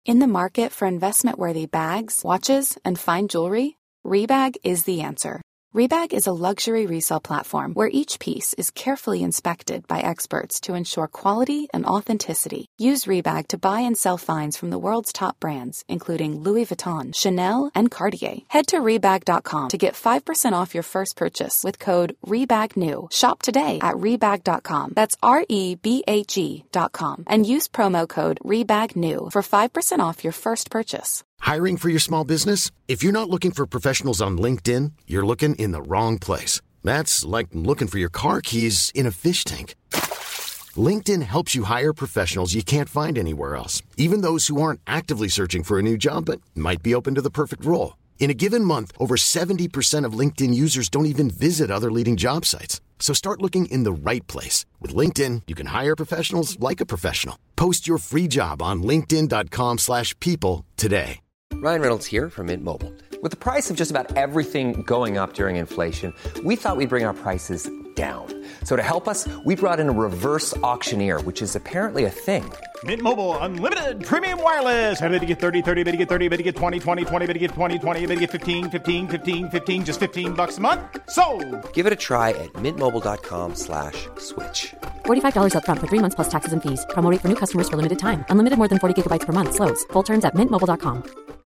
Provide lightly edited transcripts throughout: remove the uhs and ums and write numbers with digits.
In the market for investment-worthy bags, watches, and fine jewelry, Rebag is the answer. Rebag is a luxury resale platform where each piece is carefully inspected by experts to ensure quality and authenticity. Use Rebag to buy and sell finds from the world's top brands, including Louis Vuitton, Chanel, and Cartier. Head to Rebag.com to get 5% off your first purchase with code REBAGNEW. Shop today at Rebag.com. That's REBAG.com. And use promo code REBAGNEW for 5% off your first purchase. Hiring for your small business? If you're not looking for professionals on LinkedIn, you're looking in the wrong place. That's like looking for your car keys in a fish tank. LinkedIn helps you hire professionals you can't find anywhere else, even those who aren't actively searching for a new job but might be open to the perfect role. In a given month, over 70% of LinkedIn users don't even visit other leading job sites. So start looking in the right place. With LinkedIn, you can hire professionals like a professional. Post your free job on linkedin.com/people today. Ryan Reynolds here from Mint Mobile. With the price of just about everything going up during inflation, we thought we'd bring our prices down. So to help us, we brought in a reverse auctioneer, which is apparently a thing. Mint Mobile Unlimited Premium Wireless. How to get 30, 30, bit to get 30, bit to get 20, 20, 20, bit to get 20, 20, bit to get 15, 15, 15, 15, just $15 a month? Sold! Give it a try at mintmobile.com/switch. $45 up front for 3 months plus taxes and fees. Promo rate for new customers for limited time. Unlimited more than 40 gigabytes per month. Slows full terms at mintmobile.com.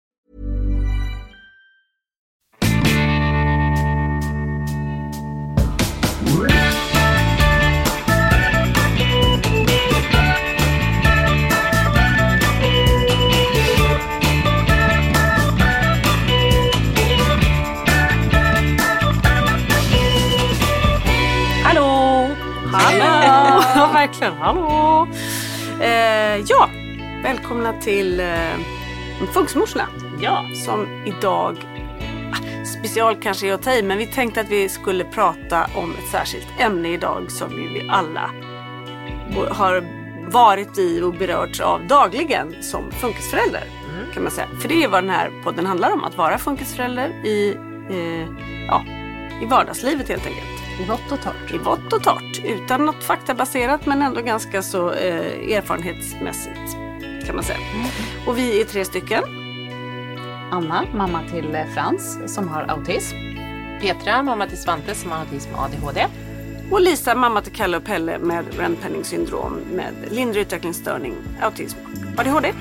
Ja, verkligen. Hallå! Ja, välkomna till Funksmorsorna. Ja, som idag, special kanske är att ta i, men vi tänkte att vi skulle prata om ett särskilt ämne idag som vi alla har varit i och berörts av dagligen som funkisförälder, kan man säga. För det är vad den här podden handlar om, att vara funkisförälder i vardagslivet helt enkelt. I vått och torrt. I vått och torrt. Utan något faktabaserat men ändå ganska så erfarenhetsmässigt kan man säga. Och vi är 3 stycken. Anna, mamma till Frans som har autism. Petra, mamma till Svante som har autism och ADHD. Och Lisa, mamma till Kalle och Pelle med Rend-Penning syndrom med lindrig utvecklingsstörning, autism och ADHD.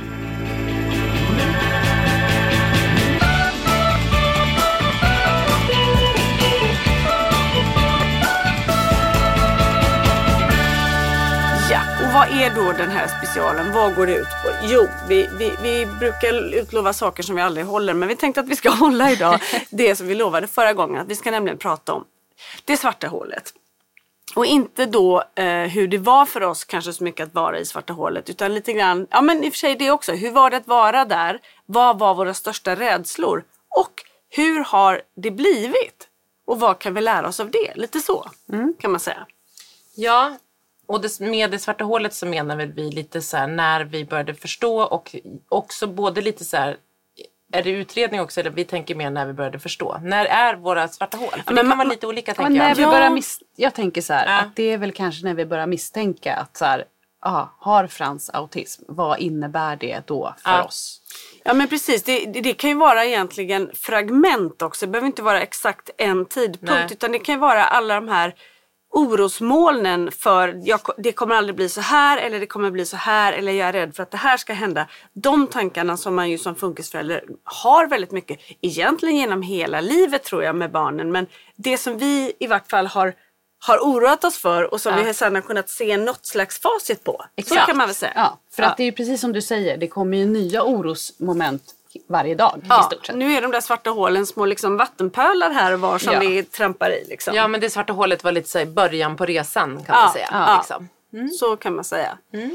Vad är då den här specialen? Vad går det ut på? Jo, vi brukar utlova saker som vi aldrig håller. Men vi tänkte att vi ska hålla idag det som vi lovade förra gången. Att vi ska nämligen prata om det svarta hålet. Och inte då hur det var för oss kanske så mycket att vara i svarta hålet. Utan lite grann, ja men i och för sig det också. Hur var det att vara där? Vad var våra största rädslor? Och hur har det blivit? Och vad kan vi lära oss av det? Lite så kan man säga. Ja. Och med det svarta hålet så menar väl vi lite så här när vi började förstå och också både lite så här, är det utredning också eller vi tänker mer när vi började förstå. När är våra svarta hål? För det kan vara lite olika tänker jag. Vi börjar jag tänker så här att det är väl kanske när vi börjar misstänka att så här, har Frans autism? Vad innebär det då för oss? Ja men precis, det kan ju vara egentligen fragment också. Det behöver inte vara exakt en tidpunkt utan det kan ju vara alla de här orosmolnen för det kommer aldrig bli så här eller det kommer bli så här eller jag är rädd för att det här ska hända. De tankarna som man ju som funkisförälder har väldigt mycket egentligen genom hela livet tror jag med barnen. Men det som vi i vart fall har oroat oss för och som vi sedan har kunnat se något slags facit på. Exakt. Så kan man väl säga. Ja, för att det är precis som du säger, det kommer ju nya orosmoment varje dag i stort sett. Nu är de där svarta hålen små liksom vattenpölar här och var som vi trampar i. Liksom. Ja, men det svarta hålet var lite så här början på resan kan man säga. Ja. Liksom. Så kan man säga.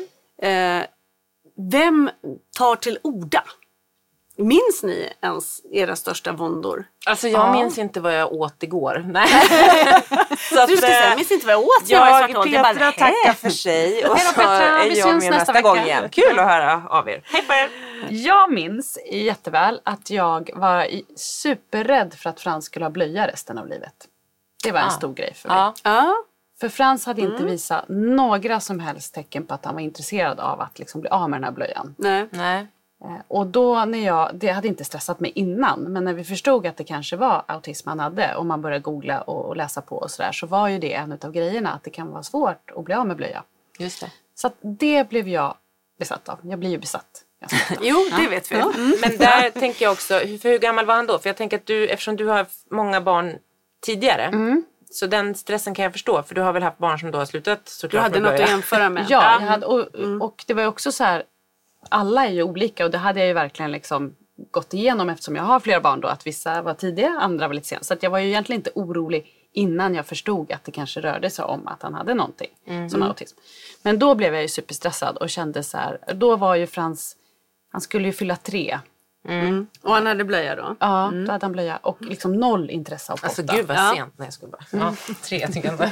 Vem tar till orda? Minns ni ens era största våndor? Alltså jag minns inte vad jag åt igår. Nej. Så att, du ska säga, minns inte vad jag åt? Petra tackar för sig. Och så är jag med nästa gång igen. Kul att höra av er. Hej på er. Jag minns jätteväl att jag var superrädd för att Frans skulle ha blöja resten av livet. Det var en stor grej för mig. För Frans hade inte visat några som helst tecken på att han var intresserad av att liksom bli av med den här blöjan. Nej. Och då det hade inte stressat mig innan, men när vi förstod att det kanske var autism han hade och man började googla och läsa på och sådär, så var ju det en av grejerna att det kan vara svårt att bli av med blöja. Just det. Så att det blev jag besatt av. Jag blir ju besatt. Jo, det vet vi. Men där tänker jag också, hur gammal var han då? För jag tänker att eftersom du har många barn tidigare, så den stressen kan jag förstå. För du har väl haft barn som då har slutat såklart. Du hade något att jämföra med. Ja, jag hade, och det var ju också så här, alla är ju olika och det hade jag ju verkligen liksom gått igenom eftersom jag har flera barn då. Att vissa var tidiga, andra var lite sent. Så att jag var ju egentligen inte orolig innan jag förstod att det kanske rörde sig om att han hade någonting som autism. Men då blev jag ju superstressad och kände så här, då var ju Frans, han skulle ju fylla 3. Och han hade blöja då? Ja, då hade han blöja. Och liksom 0 intresse av 8. Alltså gud vad sent. Nej, jag skulle bara... 3 tycker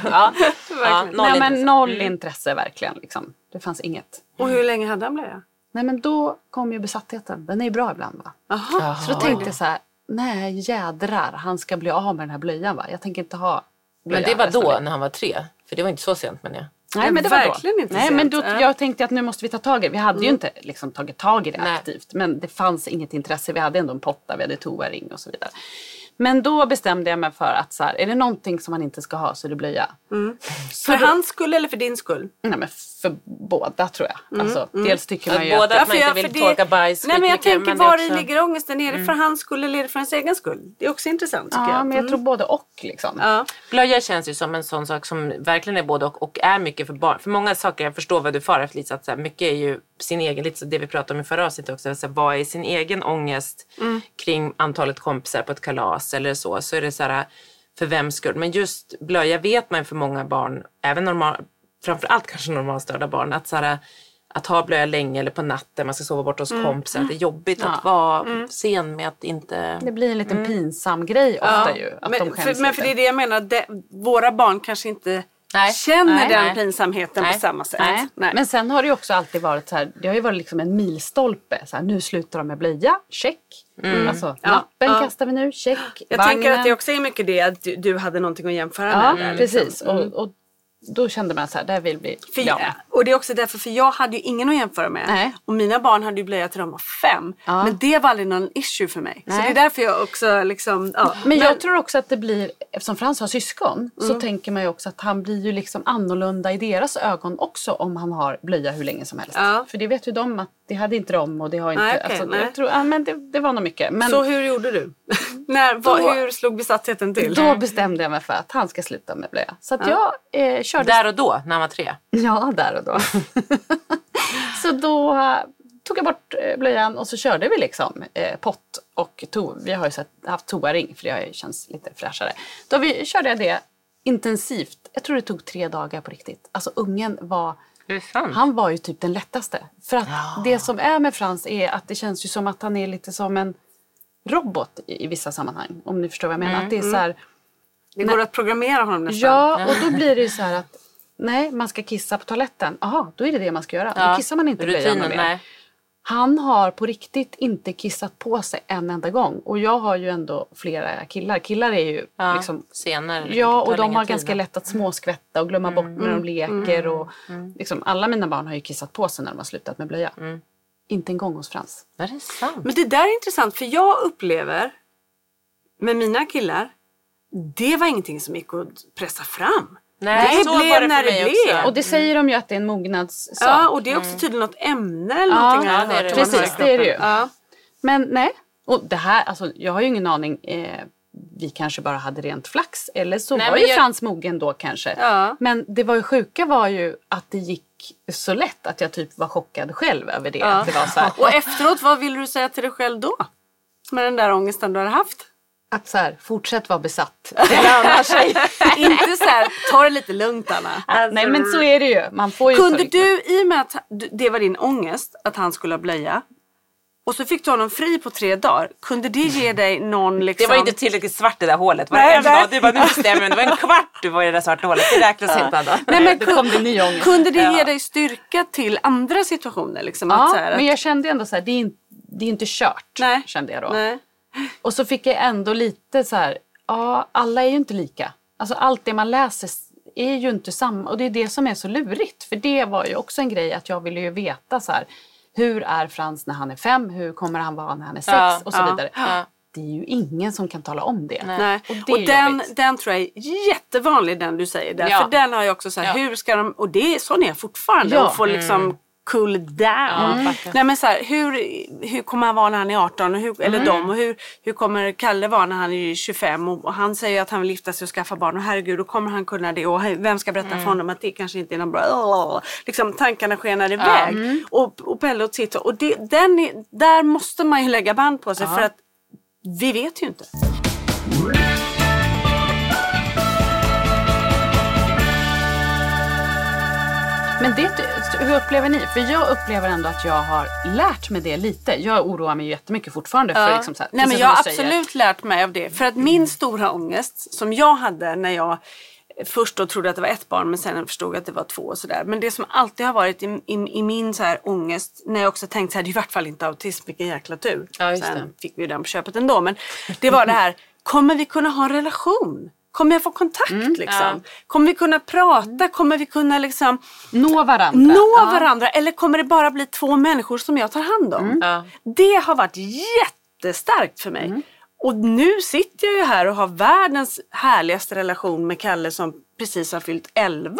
jag. Noll intresse verkligen. Liksom. Det fanns inget. Och hur länge hade han blöja? Nej, men då kom ju besattheten. Den är ju bra ibland, va? Aha. Så då tänkte jag så här, nej jädrar, han ska bli av med den här blöjan, va? Jag tänker inte ha blöja. Men det var då när han var 3? För det var inte så sent, men jag. Nej, men det var verkligen då. Inte nej, sent. Men då, jag tänkte att nu måste vi ta tag i det. Vi hade ju inte liksom tagit tag i det aktivt. Men det fanns inget intresse. Vi hade ändå en potta, vi hade toaring och så vidare. Men då bestämde jag mig för att så här, är det någonting som man inte ska ha så är det blöja. För hans skull eller för din skull? Nej, men för båda tror jag. Alltså, dels tycker man ju båda att man inte vill torka bajs. Nej, men jag tänker, var i ligger ångesten? Är det för hans skull eller är det för ens egen skull? Det är också intressant tycker jag. Ja, men jag tror både och liksom. Ja. Blöja känns ju som en sån sak som verkligen är både och är mycket för barn. För många saker, jag förstår vad du far efter lite, att så här, mycket är ju sin egen, lite så det vi pratade om i förra avsnittet också. Så här, vad är sin egen ångest kring antalet kompisar på ett kalas eller så är det så här, för vems skull. Men just blöja vet man för många barn, även framförallt kanske normalstörda barn, att så här, att ha blöja länge eller på natten, man ska sova bort hos kompisar, det är jobbigt att vara sen med att inte... Det blir en liten pinsam grej ofta ju. Att men för det är det jag menar, våra barn kanske inte känner den pinsamheten på samma sätt. Nej. Men sen har det ju också alltid varit så här, det har ju varit liksom en milstolpe. Så här, nu slutar de med blöja, check. Alltså lappen kastar vi nu, check. Jag tänker att det också är mycket det att du hade någonting att jämföra med. Ja, precis. Och då kände man så här, där vill bli... Och det är också därför, för jag hade ju ingen att jämföra med. Nej. Och mina barn hade ju blöja till de var 5. Ja. Men det var aldrig någon issue för mig. Nej. Så det är därför jag också liksom... Ja. Men jag tror också att det blir, eftersom Frans har syskon, så tänker man ju också att han blir ju liksom annorlunda i deras ögon också om han har blöja hur länge som helst. Ja. För det vet ju de att det hade inte de och det har inte... Nej, okay, alltså, jag tror, men det var nog mycket. Men, så hur gjorde du? Hur slog besattheten till? Då bestämde jag mig för att han ska sluta med blöja. Så att jag körde... Där och då, när han var 3? Ja, där och då. Så då tog jag bort blöjan och så körde vi liksom pott och vi har ju haft toaring för det känns lite fräschare. Då körde jag det intensivt. Jag tror det tog 3 dagar på riktigt. Alltså ungen var... Han var ju typ den lättaste. För att det som är med Frans är att det känns ju som att han är lite som en robot i vissa sammanhang. Om ni förstår vad jag menar. Att det är så här... Det går att programmera honom nästan. Ja, och då blir det ju så här att nej, man ska kissa på toaletten. Jaha, då är det man ska göra. Då kissar man inte blöjan mer. Han har på riktigt inte kissat på sig en enda gång. Och jag har ju ändå flera killar. Killar är ju liksom... senare. Ja, och de har ganska lätt att småskvätta och glömma bort när de leker. Och liksom, alla mina barn har ju kissat på sig när de har slutat med blöja. Inte en gång hos Frans. Det är sant. Men det där är intressant, för jag upplever med mina killar, det var ingenting som gick att pressa fram. Nej, det blev när det blev. Och det säger de ju att det är en mognadssak. Ja, och det är också tydligen något ämne eller någonting. Ja, det är det. Precis, det är det ju. Ja. Men nej, och det här, alltså jag har ju ingen aning. Vi kanske bara hade rent flax. Eller så var ju Frans mogen då kanske. Ja. Men det var ju sjuka var ju att det gick så lätt att jag typ var chockad själv över det. Ja. Det var så här. Och efteråt, vad vill du säga till dig själv då? Med den där ångesten du har haft? Att så här, fortsätt vara besatt. Det lönar sig. Inte så här, ta det lite lugnt Anna. Alltså, nej men så är det ju. Man får ju kunde du, i och med att det var din ångest att han skulle blöja, och så fick du honom fri på 3 dagar, kunde det ge dig någon liksom... Det var inte tillräckligt svart det där hålet. Du bara, nu bestämmer men det var en kvart du var i det där svarta hålet. Det räknas inte då. Nej, men då kom det ny ångest. Kunde det ge dig styrka till andra situationer? Liksom, ja, att, så här, men jag kände ändå så här, det är inte kört. Nej. Kände jag då. Nej. Och så fick jag ändå lite så här, ja, alla är ju inte lika. Alltså allt det man läser är ju inte samma. Och det är det som är så lurigt. För det var ju också en grej att jag ville ju veta så här, hur är Frans när han är 5, hur kommer han vara när han är 6 och så vidare. Det är ju ingen som kan tala om det. Nej. Och den tror jag är jättevanlig, den du säger där. För den har jag också så här, hur ska de, och det är sån är jag fortfarande, och få liksom cool down. Nej, men så här, hur kommer han vara när han är 18 och hur kommer Kalle vara när han är 25 och han säger att han vill gifta sig och skaffa barn och herregud, då kommer han kunna det och vem ska berätta för honom att det kanske inte är någon bra liksom tankarna skenar iväg och Pelle och Titta och där måste man ju lägga band på sig för att vi vet ju inte. Men hur upplever ni? För jag upplever ändå att jag har lärt mig det lite. Jag oroar mig ju jättemycket fortfarande. För liksom så här, nej, men jag har absolut lärt mig av det. För att min stora ångest som jag hade när jag först då trodde att det var 1 barn men sen förstod att det var 2 och sådär. Men det som alltid har varit i min så här ångest, när jag också tänkt så här, det är i vart fall inte autism, vilken jäkla tur. Sen fick vi den på köpet ändå. Men det var det här, kommer vi kunna ha en relation? Kommer jag få kontakt liksom? Kommer vi kunna prata? Kommer vi kunna liksom nå varandra? Eller kommer det bara bli 2 människor som jag tar hand om? Det har varit jättestarkt för mig. Och nu sitter jag ju här och har världens härligaste relation med Kalle som precis har fyllt 11.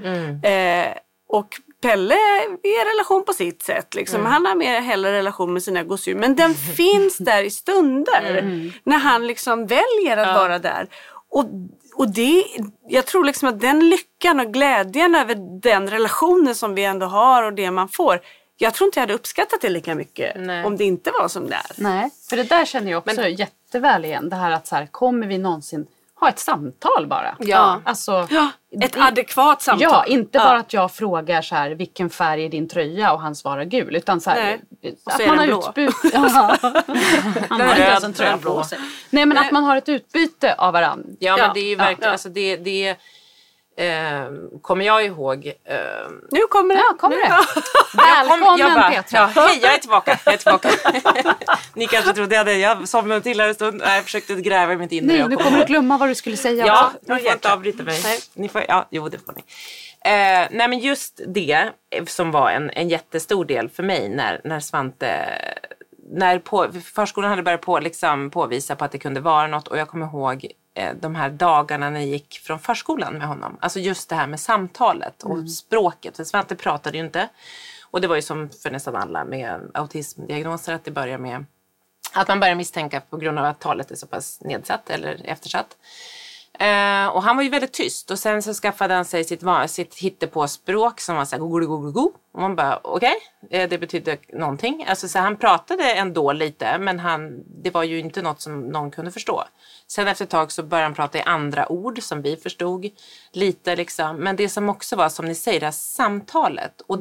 Och Pelle är relation på sitt sätt. Liksom. Han har mer hellre relation med sina gosedjur. Men den finns där i stunder. När han liksom väljer att vara där. Och det, jag tror liksom att den lyckan och glädjen över den relationen som vi ändå har och det man får. Jag tror inte jag hade uppskattat det lika mycket om det inte var som det är. Nej, för det där känner jag också jätteväl igen. Det här att så här, kommer vi någonsin ha ett samtal bara? Alltså, ett adekvat samtal. Ja, inte bara att jag frågar så här, vilken färg är din tröja och han svarar gul. Utan så här, att man har utbyte. Han har inte ens en tröja på sig. Nej, men att man har ett utbyte av varandra. Ja, men det är ju verkligen, alltså det kommer jag ihåg. Nu kommer det. Ja, kommer det. Välkommen Petra. Hej, jag är tillbaka. Ni kanske trodde jag somnade till här en stund. Nej, jag försökte gräva i mitt inre. Nej, nu kommer du glömma vad du skulle säga. Ja, ni får inte avbryta mig. Ni får, det får ni. Nej, men just det som var en jättestor del för mig när Svante... förskolan hade börjat liksom påvisa på att det kunde vara något. Och jag kommer ihåg de här dagarna när jag gick från förskolan med honom. Alltså just det här med samtalet och språket. För Svante pratade ju inte. Och det var ju som för nästan alla med autismdiagnoser att det börjar med att man börjar misstänka på grund av att talet är så pass nedsatt eller eftersatt. Och han var ju väldigt tyst. Och sen så skaffade han sig sitt hittepåspråk som var så här go. Och man bara okej, det betyder någonting. Alltså så han pratade ändå lite, men det var ju inte något som någon kunde förstå. Sen efter ett tag så började han prata i andra ord som vi förstod lite liksom. Men det som också var, som ni säger, det här samtalet. Och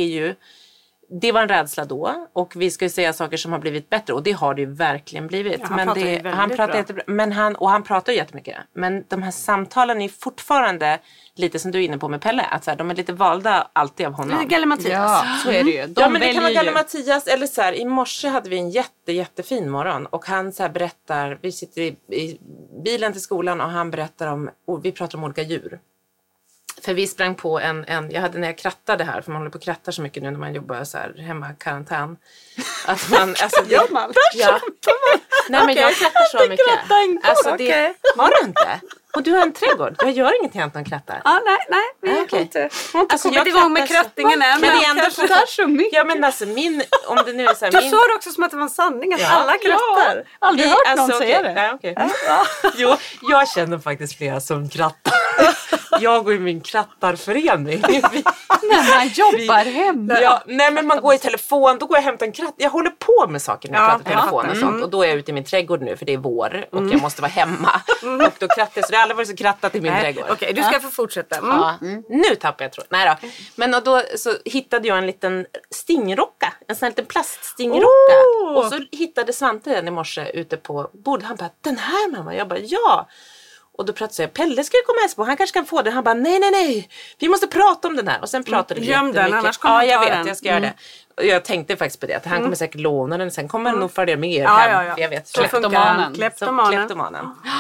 det var en rädsla då. Och vi ska ju säga saker som har blivit bättre. Och det har det ju verkligen blivit. Ja, han pratar jättebra. Men han pratar ju jättemycket. Men de här samtalen är fortfarande lite som du är inne på med Pelle. Att så här, de är lite valda alltid av honom. Det är Galle Mattias. Ja, så är det ju. Men det kan vara Galle Mattias. Eller så här, i morse hade vi en jättefin morgon. Och han så här berättar, vi sitter i bilen till skolan och han berättar om, och vi pratar om olika djur. För vi sprang på jag hade när jag krattade här, för man håller på att kratta så mycket nu när man jobbar så här hemma karantän. Att man, alltså gör man? Ja. Nej, men jag krattar så mycket. Alltså det har du inte. Och du har en trädgård. Jag gör ingenting annat än krattar. Nej, vi har inte kommit igång med krattningen än. Men det är ändå så mycket. Ja, men alltså om det nu är så här, du sa det också som att det var en sanning att alla krattar. Aldrig hört någon säga det. Nej, okay. Jo, jag känner faktiskt flera som krattar. Jag går i min krattarförening. När man jobbar hemma. Ja, nej, men man går i telefon, då går jag och hämtar en kratt. Jag håller på med saker när jag pratar i telefon och sånt. Och då är jag ute i min trädgård nu, för det är vår. Och jag måste vara hemma. Och då krattar jag, så det har aldrig varit så krattat i min trädgård. Okej, du ska få fortsätta. Nu tappar jag tråd. Nej då. Men och då så hittade jag en liten stingrocka. En sån här liten plaststingrocka. Och så hittade Svante den i morse ute på bordet. Han bara, den här mamma. Jag bara, ja. Och då pratade jag, Pelle ska ju komma hälsa på, han kanske kan få den. Han bara, nej, vi måste prata om den här. Och sen pratade vi göm den, annars kommer jag vet, jag ska göra det. Och jag tänkte faktiskt på det, att han kommer säkert låna den. Sen kommer han nog följa med hem. Ja. Jag vet. Kleptomanen. Kleptomanen.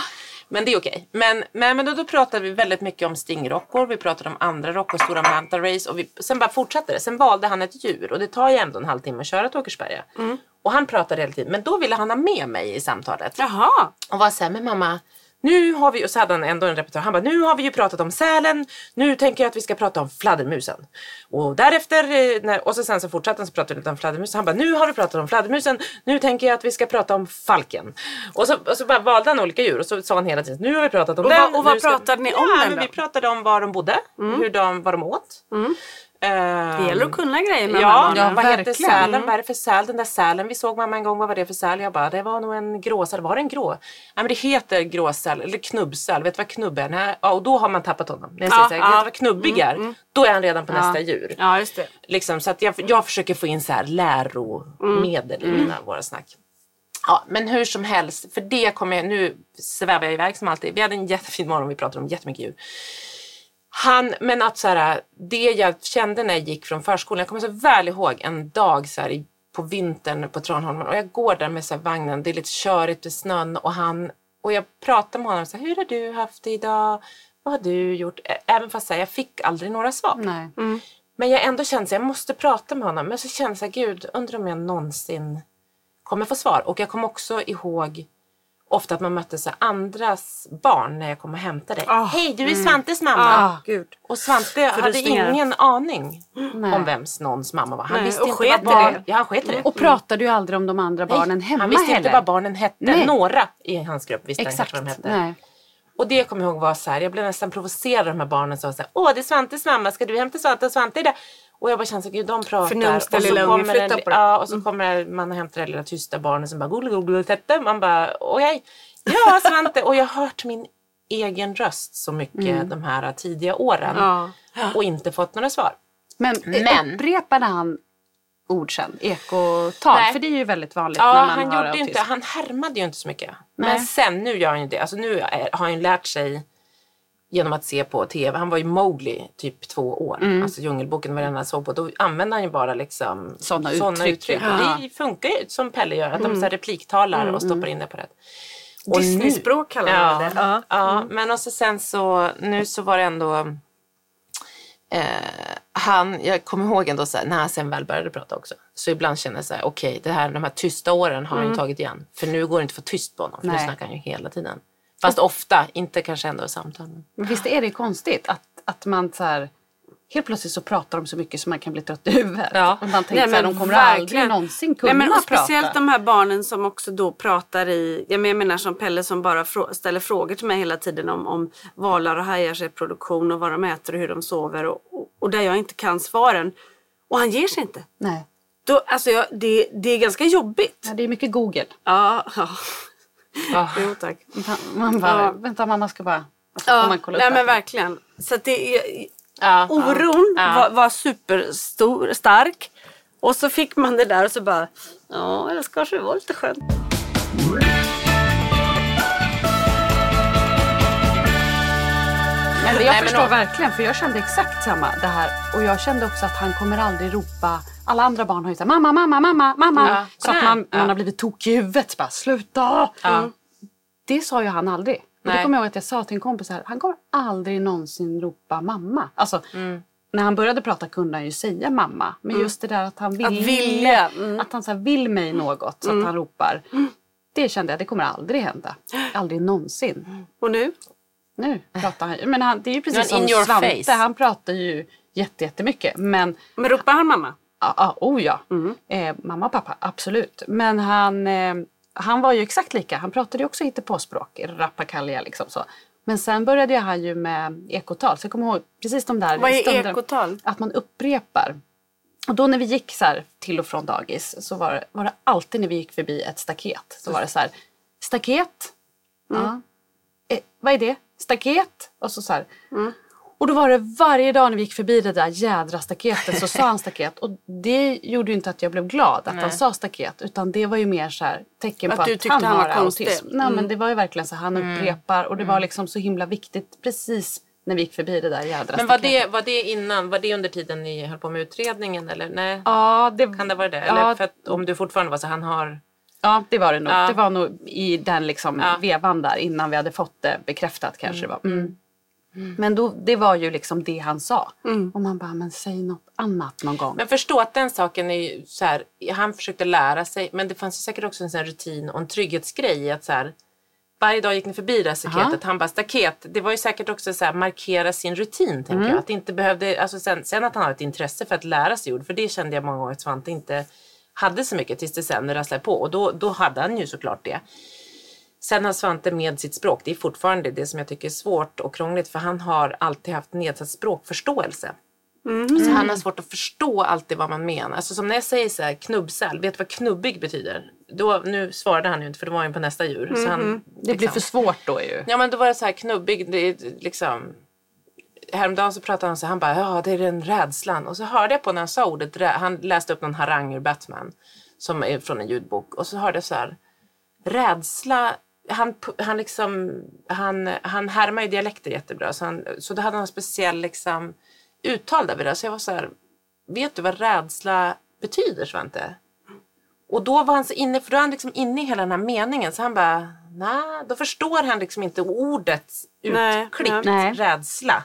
Men det är okej. Men då pratade vi väldigt mycket om stingrockor. Vi pratade om andra rockor, stora manta race. Och sen bara fortsatte det. Sen valde han ett djur. Och det tar ju ändå en halvtimme att köra till Åkersberga. Och han pratade hela tiden. Men då ville han ha med mig i samtalet. Jaha. Och var så här, men mamma... Nu har vi, och så hade han ändå en repertoar. Han bara, nu har vi ju pratat om sälen. Nu tänker jag att vi ska prata om fladdermusen. Och därefter, och sen så fortsatte han så pratade vi lite om fladdermusen. Han bara, nu har vi pratat om fladdermusen. Nu tänker jag att vi ska prata om falken. Och så bara valde han olika djur. Och så sa han hela tiden, nu har vi pratat om den. Och vad pratade ni om den då? Vi pratade om var de bodde. Vad de åt. Det gäller att kunna grejer med ja, vad heter sälen? Vad är det för säl? Den där sälen vi såg mamma en gång, vad var det för säl? Jag bara, det var nog en gråsäl. Var det en grå? Nej, men det heter gråsäl eller knubbsäl. Vet du vad knubb är? Nej, och då har man tappat honom. Vet du vad knubbig är? Då är han redan på nästa djur. Ja, just det. Liksom, så att jag försöker få in så här läromedel i våra snack. Ja, men hur som helst. För det kommer jag, nu svävar jag iväg som alltid. Vi hade en jättefin morgon, vi pratade om jättemycket djur. Men att så här, det jag kände när jag gick från förskolan, jag kommer så väl ihåg en dag så här, på vintern på Tranholmen, och jag går där med så här, vagnen, det är lite körigt i snön, och jag pratar med honom så här, hur har du haft det idag? Vad har du gjort? Även fast så här, jag fick aldrig några svar. Nej. Men jag ändå kände att jag måste prata med honom, men så kände jag så här, gud, undrar om jag någonsin kommer få svar. Och jag kommer också ihåg ofta att man mötte så andras barn när jag kom och hämtade. Hej, du är Svantes mamma. Gud. Och Svante hade ingen aning om vems någons mamma var. Han visste och inte vad barn... Ja, han sket det. Och pratade ju aldrig om de andra barnen hemma. Han visste inte vad barnen hette. Nej. Några i hans grupp visste inte vad de hette. Nej. Och det kommer jag ihåg var så här, jag blev nästan provocerad av de här barnen som var så här, åh, det är Svantes mamma, ska du hämta Svante och Svante är där? Och jag bara kände så gud, de pratar. Förnumsta lilla ungen, flytta på det. Ja, och så kommer man och hämtar det lilla tysta barnet som bara gullig. Man bara, okej. Ja, Svante. Och jag har hört min egen röst så mycket de här tidiga åren. Och inte fått några svar. Men upprepade han ord sen? Ekotal? Nej. För det är ju väldigt vanligt när man han har gjorde autism. inte. Han härmade ju inte så mycket. Nej. Men sen, nu gör han ju det. Alltså nu har han ju lärt sig genom att se på tv. Han var ju Mowgli typ 2 år. Alltså Djungelboken var den han såg på. Då använde han ju bara liksom sådana uttryck. Och det funkar ju som Pelle gör. Att de så här repliktalar och stoppar in det på rätt. Disney-språk kallar man det. Ja, men och så sen så, nu så var det ändå jag kommer ihåg ändå så här, när han sen väl började prata också. Så ibland känner jag så här, okej, de här tysta åren har han ju tagit igen. För nu går det inte att få tyst på honom, för nu snackar han ju hela tiden. Fast ofta, inte kanske ändå i samtal. Men visst är det konstigt att man så här, helt plötsligt så pratar de så mycket som man kan bli trött i huvudet. Ja. Och man tänker så här, de kommer aldrig någonsin kunna prata. Speciellt de här barnen som också då pratar jag menar som Pelle som bara ställer frågor till mig hela tiden om valar och hajars reproduktion och vad de äter och hur de sover och där jag inte kan svaren. Och han ger sig inte. Nej. Då, alltså det är ganska jobbigt. Ja, det är mycket Google. Ja. Jo, tack. Man bara, vänta, mamma ska bara... Man kolla upp nej, men verkligen. Så att oron var superstark. Och så fick man det där och så bara, det kanske var lite skönt. Men jag förstår verkligen, för jag kände exakt samma det här. Och jag kände också att han kommer aldrig ropa. Alla andra barn har ju såhär, mamma. Ja, så att man har blivit tokig i huvudet. Bara, sluta! Ja. Det sa ju han aldrig. Och det kommer jag ihåg att jag sa till en kompis här. Han kommer aldrig någonsin ropa mamma. Alltså, när han började prata kunde han ju säga mamma. Men just det där att han att han så här vill mig något. Så att han ropar. Det kände jag, det kommer aldrig hända. Aldrig någonsin. Och nu? Nu pratar han ju. Men det är ju precis som Svante. Face. Han pratar ju jättemycket. Men ropar han mamma? Ja. Mamma och pappa, absolut. Men han var ju exakt lika. Han pratade ju också hittepåspråk. Rappakalja liksom så. Men sen började han ju med ekotal. Så jag kommer ihåg precis de där. Vad är ekotal? Att man upprepar. Och då när vi gick så här till och från dagis. Så var det alltid när vi gick förbi ett staket. Så var det så här. Staket? Ja. Vad är det? Staket? Och så här. Och då var det varje dag när vi gick förbi det där jädra staketet så sa han staket. Och det gjorde ju inte att jag blev glad att han sa staket. Utan det var ju mer så här tecken på att han har autism. Nej, men det var ju verkligen så han upprepar. Och det var liksom så himla viktigt precis när vi gick förbi det där jädra staketet. Men var det innan? Var det under tiden ni höll på med utredningen? Eller nej? Ja, kan det vara det? Eller för att om du fortfarande var så han har... Ja, det var det nog. Det var nog i den liksom vevan där innan vi hade fått det bekräftat kanske det var. Men då, det var ju liksom det han sa. Och man bara, men säg något annat någon gång. Men förstå att den saken är ju så här, han försökte lära sig, men det fanns ju säkert också en sån här rutin och en trygghetsgrej i att så här, varje dag gick ni förbi det här staketet. Han bara, staket, det var ju säkert också så här, markera sin rutin, tänker jag. Att det inte behövde, alltså sen att han hade ett intresse för att lära sig ord, för det kände jag många gånger att Svante inte hade så mycket tills det sen rasslade på. Och då hade han ju såklart det. Sen har Svante med sitt språk, det är fortfarande det som jag tycker är svårt och krångligt, för han har alltid haft nedsatt språkförståelse. Så han har svårt att förstå alltid vad man menar. Alltså som när jag säger så här, knubbsäl, vet du vad knubbig betyder? Nu svarade han ju inte, för det var ju på nästa djur. Så han, det blir för svårt då ju. Ja, men då var det så här, knubbig, det är liksom... Häromdagen så pratade han så här, han bara, ja det är den rädslan. Och så hörde jag på när han sa ordet, han läste upp någon harang ur Batman, som är från en ljudbok. Och så hörde jag så här, rädsla... Han härmar ju dialekter jättebra. Så då hade han en speciell liksom, uttal där vid det. Så jag var så här, vet du vad rädsla betyder, Svante? Och då var han så inne, för då är han liksom inne i hela den här meningen. Så han bara, nej, då förstår han liksom inte ordet utklippt, rädsla.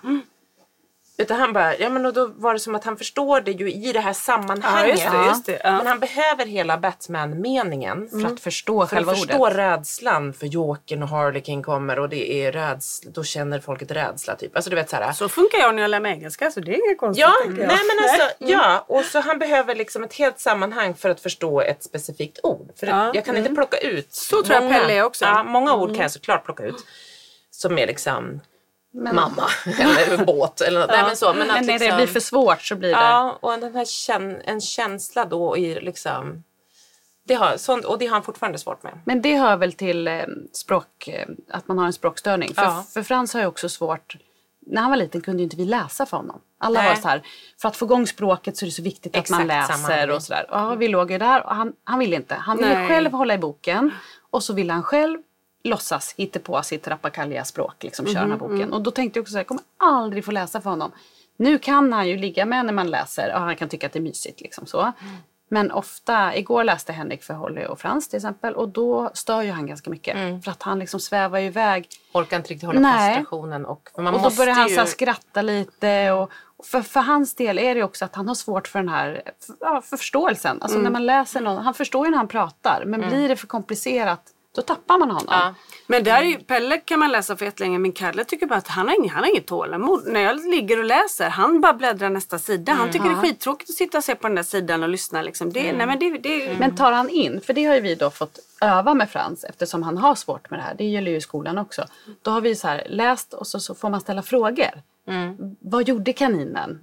Utan han bara, ja men då var det som att han förstår det ju i det här sammanhanget. Ja, just det. Ja. Men han behöver hela Batman-meningen för att förstå själva ordet. För att förstå rädslan, för Jokern och Harley Quinn kommer och det är rädsla, då känner folket rädsla typ. Alltså du vet så här. Så funkar jag när jag lär mig engelska, så det är inget konstigt. Ja, nej men alltså, ja, och så han behöver liksom ett helt sammanhang för att förstå ett specifikt ord. För jag kan inte plocka ut. Så tror jag Pelle är också. Ja, många ord kan jag såklart plocka ut. Som är liksom... mamma eller båt eller något. Nej, men så, men när liksom, det blir för svårt så blir det... Ja, och den här en känsla då i liksom... Det har han fortfarande svårt med. Men det hör väl till språk, att man har en språkstörning. För Frans har ju också svårt... När han var liten kunde ju inte vi läsa för honom. Alla var så här, för att få igång språket så är det så viktigt att man läser och sådär. Ja, vi låg ju där och han ville inte. Han ville själv hålla i boken och så ville han själv låtsas hitta på sitt rappakalja-språk, liksom köra den här boken. Och då tänkte jag också så här, jag kommer aldrig få läsa för honom. Nu kan han ju ligga med när man läser och han kan tycka att det är mysigt liksom så. Men ofta, igår läste Henrik för Holly och Frans till exempel, och då stör ju han ganska mycket. För att han liksom svävar iväg. Orkar inte riktigt hålla koncentrationen. Och då börjar han så skratta lite. Och för hans del är det också att han har svårt för den här för förståelsen. Alltså när man läser någon, han förstår ju när han pratar, men blir det för komplicerat, då tappar man honom. Ja. Men där är ju, Pelle kan man läsa för jättelänge, men Kalle tycker bara att han har inget tålamod. När jag ligger och läser, han bara bläddrar nästa sida. Han tycker det är skittråkigt att sitta och se på den där sidan och lyssna. Liksom. Men tar han in, för det har ju vi då fått öva med Frans, eftersom han har svårt med det här. Det gäller ju i skolan också. Då har vi så här läst och så får man ställa frågor. Vad gjorde kaninen?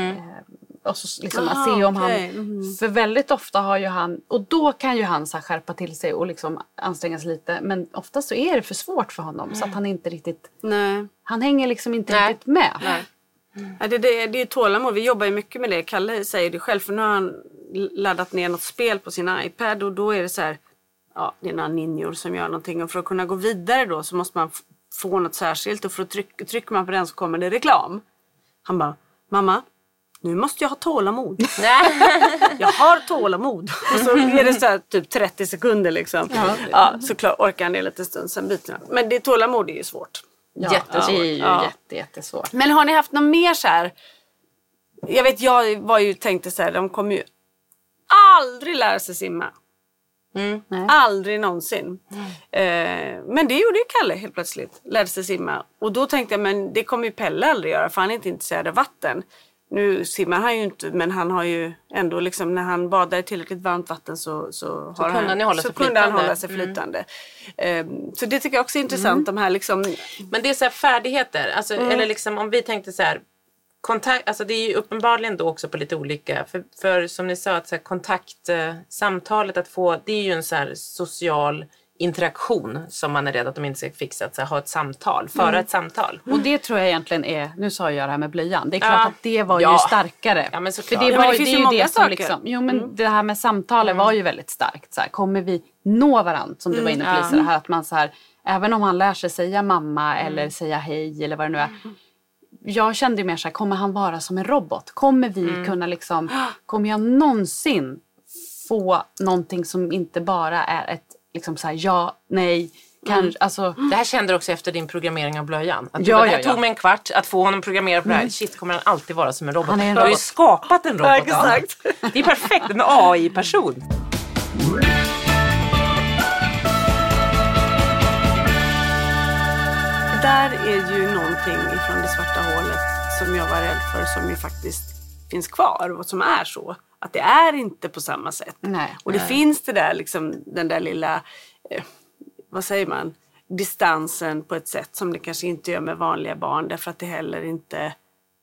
Och så liksom att se om han... För väldigt ofta har ju han... Och då kan ju han så här skärpa till sig och liksom anstränga sig lite. Men ofta så är det för svårt för honom. Så att han inte riktigt... Han hänger liksom inte riktigt med. Ja, det är ju tålamod. Vi jobbar ju mycket med det. Kalle säger det själv. För nu har han laddat ner något spel på sin iPad. Och då är det så här... Ja, det är några ninjor som gör någonting. Och för att kunna gå vidare då så måste man få något särskilt. Och för att trycker man på den så kommer det reklam. Han bara, mamma... Nu måste jag ha tålamod. Jag har tålamod. Och så är det så här, typ 30 sekunder liksom. Ja, så orkar han det lite stund, sen byter han. Men det tålamod är ju svårt. Jättesvårt. Det är ju jättesvårt. Men har ni haft något mer så här? Jag vet, jag tänkte så här, de kommer ju aldrig lära sig simma. Aldrig någonsin. Men det gjorde ju Kalle helt plötsligt. Lärde sig simma. Och då tänkte jag, men det kommer ju Pelle aldrig göra, för han är inte intresserad av vatten. Nu simmar han ju inte, men han har ju ändå liksom, när han badar i tillräckligt varmt vatten så kunde han hålla sig flytande. Så det tycker jag också är intressant, de här liksom... Men det är så här färdigheter, alltså, eller liksom om vi tänkte så här, kontakt, alltså det är ju uppenbarligen då också på lite olika, för som ni sa, att så här, kontaktsamtalet att få, det är ju en så här social interaktion som man är rädd att de inte ska fixa, att ha ett samtal, föra ett samtal. Och det tror jag egentligen är, nu sa jag det här med blöjan, det är klart att det var ju starkare. Ja, men för det finns ju det som liksom, det här med samtalet var ju väldigt starkt. Så här, kommer vi nå varandra, som du var inne på Lisa, det här att man så här, även om han lär sig säga mamma eller säga hej eller vad det nu är. Jag kände ju mer så här, kommer han vara som en robot? Kommer vi kunna liksom, kommer jag någonsin få någonting som inte bara är ett liksom så här, ja, nej, kanske, alltså. Det här kände du också efter din programmering av blöjan. Att det tog mig en kvart att få honom programmerad på det här. Shit, kommer han alltid vara som en robot. Han är en Du har ju robot. skapat en robot. Ja, exakt. Det är perfekt, en AI-person. Där är ju någonting ifrån det svarta hålet som jag var rädd för, som ju faktiskt finns kvar och som är så. Att det är inte på samma sätt. Nej. Och det finns det där, liksom, den där lilla, vad säger man, distansen på ett sätt som det kanske inte gör med vanliga barn. Därför att det heller inte...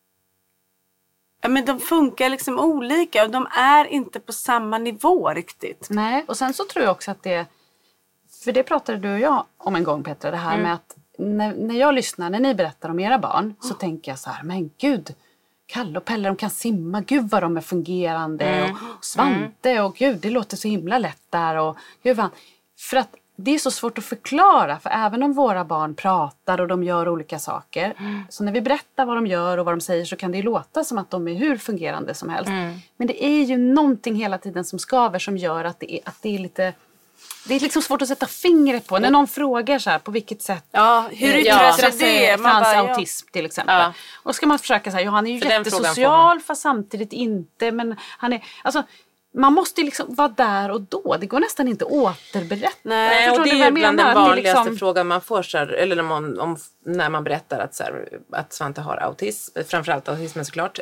Ja, men de funkar liksom olika och de är inte på samma nivå riktigt. Nej, och sen så tror jag också att det... För det pratade du och jag om en gång, Petra. Det här med att när jag lyssnar, när ni berättar om era barn, så tänker jag så här, men gud, Kalle och Pelle, de kan simma. Gud vad de är fungerande. Och Svante, och gud, det låter så himla lätt där. Och gud vad... För att det är så svårt att förklara. För även om våra barn pratar och de gör olika saker. Så när vi berättar vad de gör och vad de säger, så kan det ju låta som att de är hur fungerande som helst. Men det är ju någonting hela tiden som skaver, som gör att det är lite... Det är liksom svårt att sätta fingret på. När någon frågar så här, på vilket sätt... Ja, hur yttrar sig det? Fanns autism till exempel. Ja. Och ska man försöka säga, han är ju jättesocial fast samtidigt inte. Men han är... Alltså, man måste ju liksom vara där och då. Det går nästan inte att återberätta. Nej, och det är ju bland den vanligaste frågan man får så här, eller när man berättar att, så här, att Svante har autism. Framförallt autism såklart.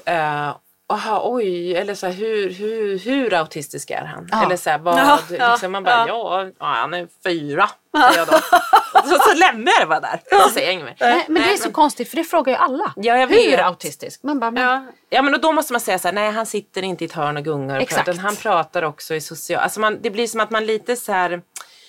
Oj, eller så här, hur autistisk är han? Ja. Eller så här, vad, liksom, man bara, han är 4. Jag då. Och så lämnar jag det bara där. Så säger jag inget mer. Men det är så konstigt, för det frågar ju alla. Ja, jag vet. Hur autistisk? Man bara, men då måste man säga så här, nej, han sitter inte i ett hörn och gungar. Utan han pratar också i social... Alltså det blir som att man lite så här...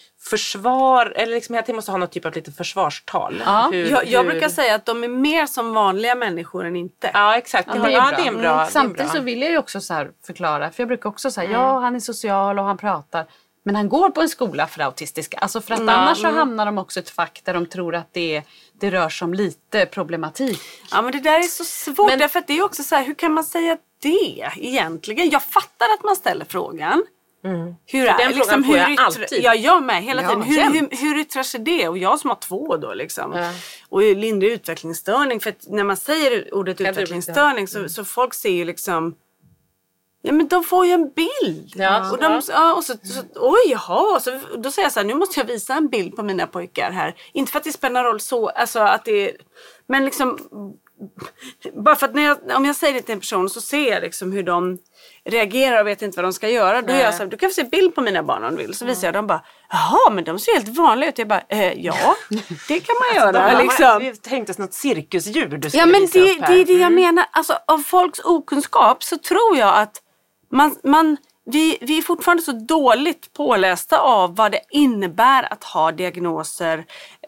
eller liksom hela tiden måste ha något typ av lite försvarstal. Ja. Jag brukar säga att de är mer som vanliga människor än inte. Ja, exakt. Det är en bra. Samtidigt så vill jag ju också så här förklara. För jag brukar också säga, han är social och han pratar. Men han går på en skola för autistiska. Alltså för att annars så hamnar de också i ett fack där de tror att det rör sig om lite problematik. Ja, men det där är så svårt. Därför att det är också så här, hur kan man säga det egentligen? Jag fattar att man ställer frågan. Hur är den liksom, får jag alltid. Ja, jag med hela tiden. Hur yttrar sig det? Och jag som har 2 då liksom. Och lindrig utvecklingsstörning. För att när man säger ordet utvecklingsstörning så folk ser ju liksom... Ja, men de får ju en bild. Och så då säger jag så här, nu måste jag visa en bild på mina pojkar här. Inte för att det spelar roll så, alltså att det... Men liksom... Bara för att om jag säger det till en person så ser jag liksom hur de reagerar och vet inte vad de ska göra. Då är jag så här, du kan få se bild på mina barn om du vill. Så visar jag dem bara, jaha, men de ser helt vanliga ut. Jag bara, ja, det kan man göra. Liksom. Vi tänkte oss något cirkusdjur du skulle ja, men visa upp här. det är det jag menar. Alltså, av folks okunskap så tror jag att vi är fortfarande så dåligt pålästa av vad det innebär att ha diagnoser,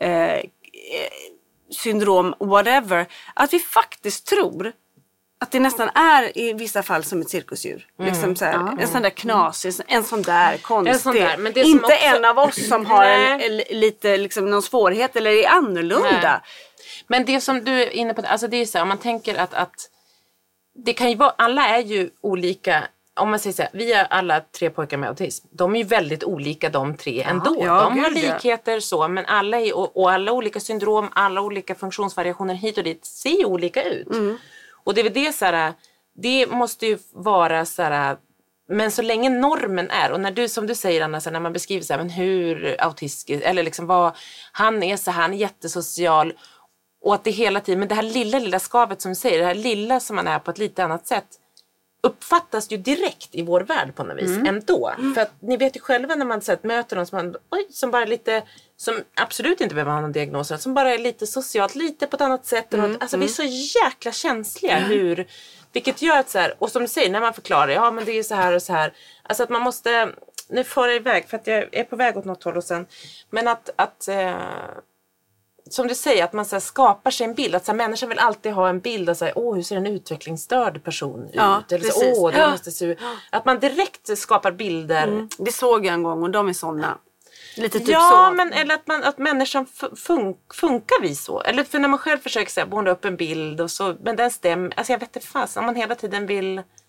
syndrom, whatever, att vi faktiskt tror att det nästan är i vissa fall som ett cirkusdjur. Liksom så här, en sån där knasig, en sån där konstig. Men det inte också... en av oss som har lite liksom, någon svårighet eller är annorlunda. Nej. Men det som du är inne på, alltså det är så här, om man tänker att det kan ju vara, alla är ju olika. Om man säger så här, vi är alla 3 pojkar med autism. De är ju väldigt olika de 3 ändå. De har likheter så, men alla är, och alla olika syndrom, alla olika funktionsvariationer hit och dit ser ju olika ut. Och det är väl det så här, det måste ju vara så här, men så länge normen är, och när du, som du säger Anna, så här, när man beskriver så här, men hur autistisk, eller liksom vad, han är så här, han är jättesocial. Och att det hela tiden, men det här lilla skavet som du säger, det här lilla som man är på ett lite annat sätt, uppfattas ju direkt i vår värld på något vis ändå. För att ni vet ju själva när man möter någon som bara lite, som absolut inte behöver ha någon diagnos, som bara är lite socialt, lite på ett annat sätt. Alltså vi är så jäkla känsliga vilket gör att så här, och som du säger, när man förklarar, men det är ju så här och så här. Alltså att man måste, nu får jag iväg för att jag är på väg åt något håll och sen, men att som du säger, att man så här, skapar sig en bild. Att så här, människan vill alltid ha en bild av så här, hur ser en utvecklingsstörd person ut? Eller så, det måste se ut. Att man direkt skapar bilder. Det såg jag en gång och de är sådana. Lite typ så. Men eller att människan funkar vi så. Eller för när man själv försöker så här, bonda upp en bild och så, men den stämmer. Alltså jag vet inte fast om man hela tiden vill...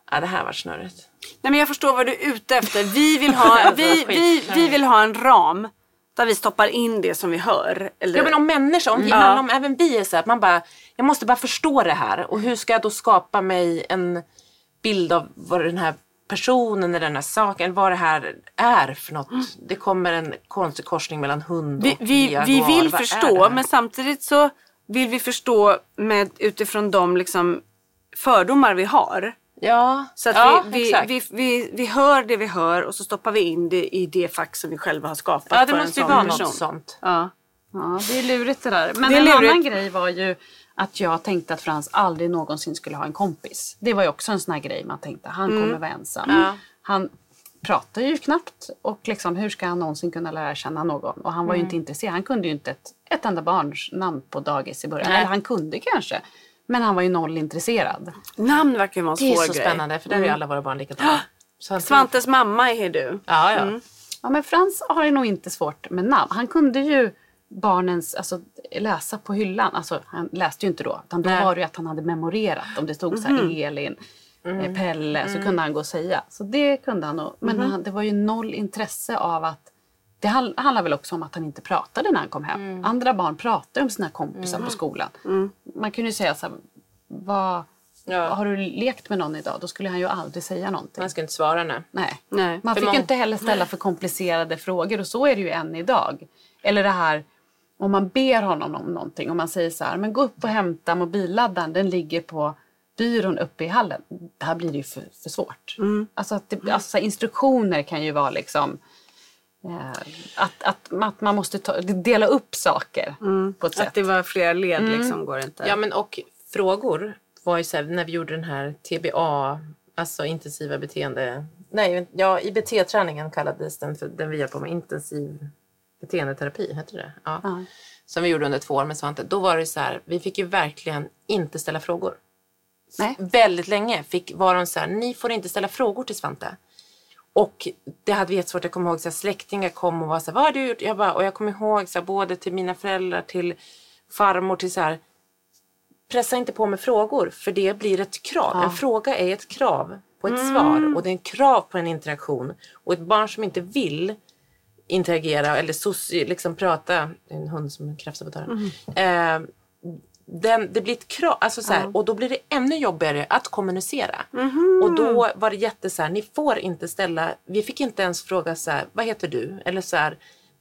Ja, det här var snurrigt. Nej, men jag förstår vad du är ute efter. Vi vill ha en ram där vi stoppar in det som vi hör. Eller? Ja, men om människor, om även vi är så att man bara, jag måste bara förstå det här. Och hur ska jag då skapa mig en bild av vad den här personen eller den här saken, vad det här är för något. Det kommer en konstig korsning mellan hund och vi vill förstå, men samtidigt så vill vi förstå utifrån de liksom fördomar vi har. Ja, så att vi hör det vi hör och så stoppar vi in det i det fack som vi själva har skapat. Ja, det måste ju vara något sånt. Ja, det är lurigt det där. Men en annan grej var ju att jag tänkte att Frans aldrig någonsin skulle ha en kompis. Det var ju också en sån här grej man tänkte. Han kommer vara ensam. Han pratar ju knappt. Och liksom, hur ska han någonsin kunna lära känna någon? Och han var ju inte intresserad. Han kunde ju inte ett enda barns namn på dagis i början. Eller han kunde kanske. Men han var ju noll intresserad. Namn verkar ju vara en svår grej. Det är så spännande, för där är ju alla våra barn likadana. Svantes mamma är du. Ja. Ja, men Frans har ju nog inte svårt med namn. Han kunde ju barnens, alltså läsa på hyllan. Alltså han läste ju inte då. Utan då var det ju att han hade memorerat. Om det stod så här Elin, Pelle, så kunde han gå och säga. Så det kunde han nog. Men det var ju noll intresse av att, det handlar väl också om att han inte pratade när han kom hem. Andra barn pratade om sina kompisar på skolan. Man kunde ju säga så här, har du lekt med någon idag? Då skulle han ju aldrig säga någonting. Man skulle inte svara Nej. Man fick ju inte heller ställa för komplicerade frågor. Och så är det ju än idag. Eller det här, om man ber honom om någonting. Och man säger så här, men gå upp och hämta mobilladdaren. Den ligger på byrån uppe i hallen. Det här blir det ju för svårt. Alltså, alltså instruktioner kan ju vara liksom... Att man måste dela upp saker på ett sätt. Att det var flera led liksom, går det inte. Ja, men och frågor var ju så här, när vi gjorde den här TBA, alltså intensiva beteende. IBT-träningen kallades den, för den vi gör på med intensiv beteendeterapi, heter det? Ja. Som vi gjorde under 2 år med Svante. Då var det så här, vi fick ju verkligen inte ställa frågor. Nej. Väldigt länge var de så här, ni får inte ställa frågor till Svante. Och det hade vi jättesvårt. Jag kommer ihåg så här, släktingar kom och var så här, vad har du gjort? Och jag kommer ihåg så här, både till mina föräldrar, till farmor, till så här, pressa inte på med frågor, för det blir ett krav. En fråga är ett krav på ett svar, och det är en krav på en interaktion. Och ett barn som inte vill interagera eller liksom prata, det är en hund som krafsar på dörren. Det blir ett krav, alltså så här, och då blir det ännu jobbigare att kommunicera. Och då var det så här, ni får inte ställa, vi fick inte ens fråga så här, vad heter du? Eller så här,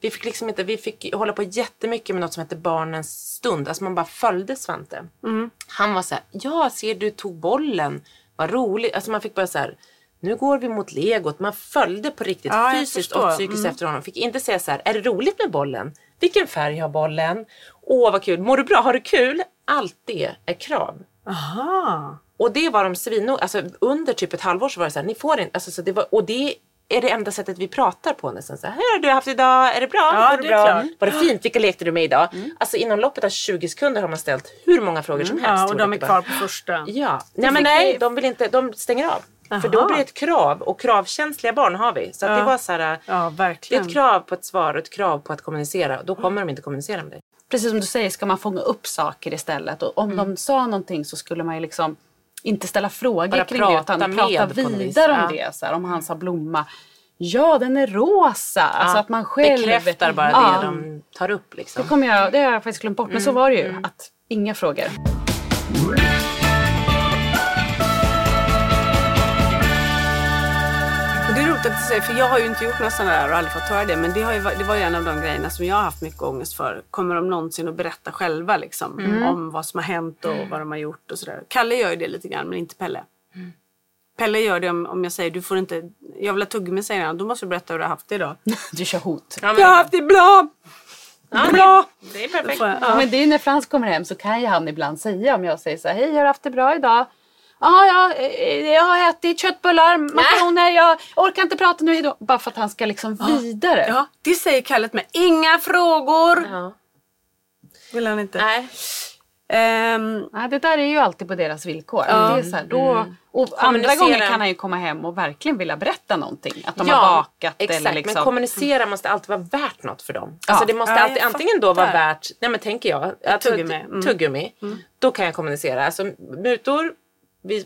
vi fick hålla på jättemycket med något som heter barnens stund. Alltså man bara följde Svante. Han var så här, ja, ser du tog bollen, vad roligt. Alltså man fick bara så här, nu går vi mot legot. Man följde på riktigt fysiskt och psykiskt efter honom. Fick inte säga så här, är det roligt med bollen? Vilken färg har bollen? Åh, vad kul. Mår du bra? Har du kul? Allt det är krav. Aha. Och det var de svinor, alltså under typ ett halvår så var det så här, ni får inte, alltså så det var, och det är det enda sättet vi pratar på nästan så här, hur har du haft idag? Är det bra? Ja, det är klart. Var det fint? Vilka lekte du med idag? Alltså inom loppet av 20 sekunder har man ställt hur många frågor som helst. Ja, och de är kvar på första. Ja, nej, de vill inte, de stänger av. Aha. För då blir det ett krav, och kravkänsliga barn har vi. Så att det var så här, verkligen. Det är ett krav på ett svar och ett krav på att kommunicera. Då kommer de inte kommunicera med dig. Precis som du säger, ska man fånga upp saker istället. Och om de sa någonting så skulle man ju liksom inte ställa frågor bara kring det, utan prata vidare om det. Så här, om han sa blomma, ja, den är rosa. Alltså att man själv bekräftar bara det de tar upp. Liksom. Det har jag faktiskt glömt bort, men så var det ju. Att inga frågor. Det är roligt att säga, för jag har ju inte gjort något sånt där och aldrig fått höra det. Men det var ju en av de grejerna som jag har haft mycket ångest för. Kommer de någonsin att berätta själva liksom, om vad som har hänt och vad de har gjort och sådär. Kalle gör ju det lite grann, men inte Pelle. Pelle gör det om jag säger, du får inte, jag vill ha tuggummi, säger han. Då måste du berätta hur du har haft det idag. Du kör hot. Jag har haft det bra! Bra! Det är perfekt. Men det är när Frans kommer hem så kan ju han ibland säga, om jag säger så här, hej, jag har haft det bra idag. Jag har ätit köttbullar, makaroner, jag orkar inte prata nu idag. Bara för att han ska liksom vidare. Ja, det säger Kallet med. Inga frågor. Vill han inte. Nej. Nej, det där är ju alltid på deras villkor. Det är så här, då, och andra gånger kan han ju komma hem och verkligen vilja berätta någonting. Att de har bakat. Exakt, eller liksom. men kommunicera måste alltid vara värt något för dem. Alltså det måste alltid antingen då vara värt, nej men tänker jag, alltså, tuggummi. Då kan jag kommunicera. Alltså mutor,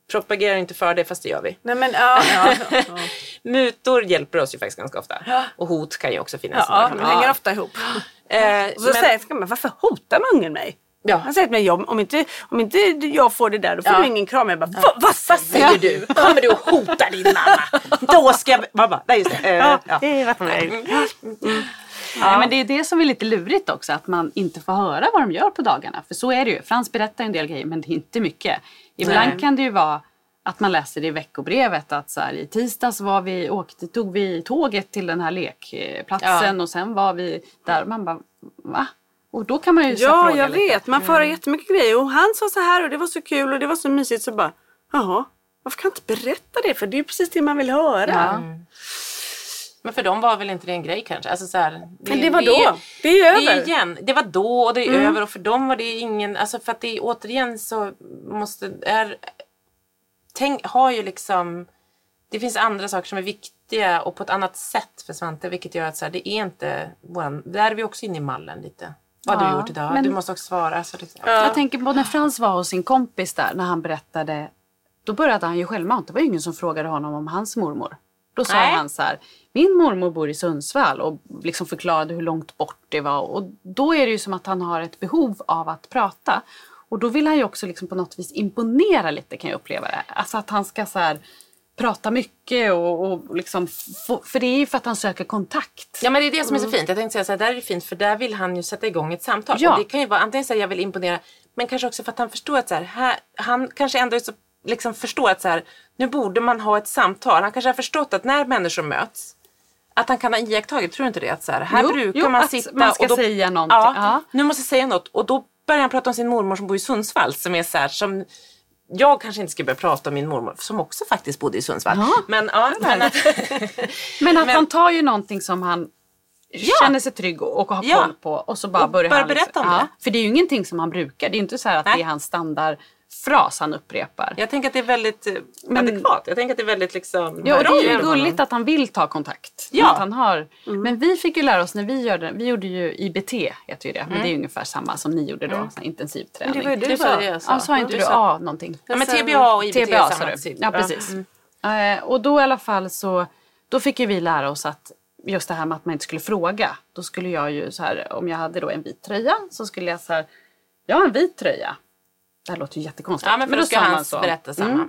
propagerar inte för det, fast det gör vi. Nej, men, Mutor hjälper oss ju faktiskt ganska ofta. Och hot kan ju också finnas. Ja, de hänger ofta ihop. Och så säger man, varför hotar man ungen mig? Ja. Han säger till mig, om inte jag får det där, då får du ingen kram. Jag bara, vad säger du? Kommer du att hota din mamma? Då ska jag... Mamma, nej just det. Det är varför jag... Ja, men det är det som är lite lurigt också, att man inte får höra vad de gör på dagarna. För så är det ju. Frans berättar en del grejer, men det är inte mycket. Ibland kan det ju vara att man läser det i veckobrevet att så här, i tisdags tog vi tåget till den här lekplatsen och sen var vi där. Man bara, va? Och då kan man ju Ja, fråga jag lite. vet. Man får höra jättemycket grejer. Och han sa så här och det var så kul och det var så mysigt. Så bara, jaha, varför kan jag inte berätta det? För det är ju precis det man vill höra. Ja. Men för dem var väl inte det en grej kanske? Alltså så här, Men det var då. Det är över. Det var då och det är över. Och för dem var det ingen... Alltså för att det återigen så har ju liksom... Det finns andra saker som är viktiga och på ett annat sätt för Svante. Vilket gör att så här, det är inte... Där är vi också inne i mallen lite. Vad har du gjort idag? Du måste också svara. Så liksom. Jag tänker på när Frans var hos sin kompis där, när han berättade... Då började han ju självmant. Det var ingen som frågade honom om hans mormor. Då sa han så här, min mormor bor i Sundsvall och liksom förklarade hur långt bort det var. Och då är det ju som att han har ett behov av att prata. Och då vill han ju också liksom på något vis imponera lite, kan jag uppleva det. Alltså att han ska så här prata mycket och liksom, för det är ju för att han söker kontakt. Ja, men det är det som är så fint. Jag tänkte säga så här, där är det fint för där vill han ju sätta igång ett samtal. Ja. Och det kan ju vara antingen så här, jag vill imponera, men kanske också för att han förstår att så här, han kanske ändå är så liksom förstår att så här, nu borde man ha ett samtal. Han kanske har förstått att när människor möts, att han kan ha iakttagit, tror du inte det? Att så här, brukar man sitta man ska och då, säga någonting. Ja, nu måste jag säga något. Och då börjar han prata om sin mormor som bor i Sundsvall, som är så här, som jag kanske inte ska börja prata om min mormor, som också faktiskt bodde i Sundsvall. Men att han tar ju någonting som han känner sig trygg och har koll på, och så bara börjar han berätta om det. För det är ju ingenting som han brukar. Det är ju inte så här att det är hans standardfras han upprepar. Jag tänker att det är väldigt adekvat. Jag tänker att det är väldigt liksom... Ja, och det är ju gulligt att han vill ta kontakt. Ja. Att han har. Men vi fick ju lära oss när vi gjorde ju IBT, heter ju det. Men det är ju ungefär samma som ni gjorde då, intensiv träning. Det var ju du sa. Sa inte du någonting? Ja, men TBA och IBT är samma typ. Ja, precis. Och då i alla fall så, då fick ju vi lära oss att just det här med att man inte skulle fråga. Då skulle jag ju så här, om jag hade då en vit tröja, så skulle jag så här, jag har en vit tröja. Det här låter ju jättekonstigt. Ja, men för då ska han berätta samma.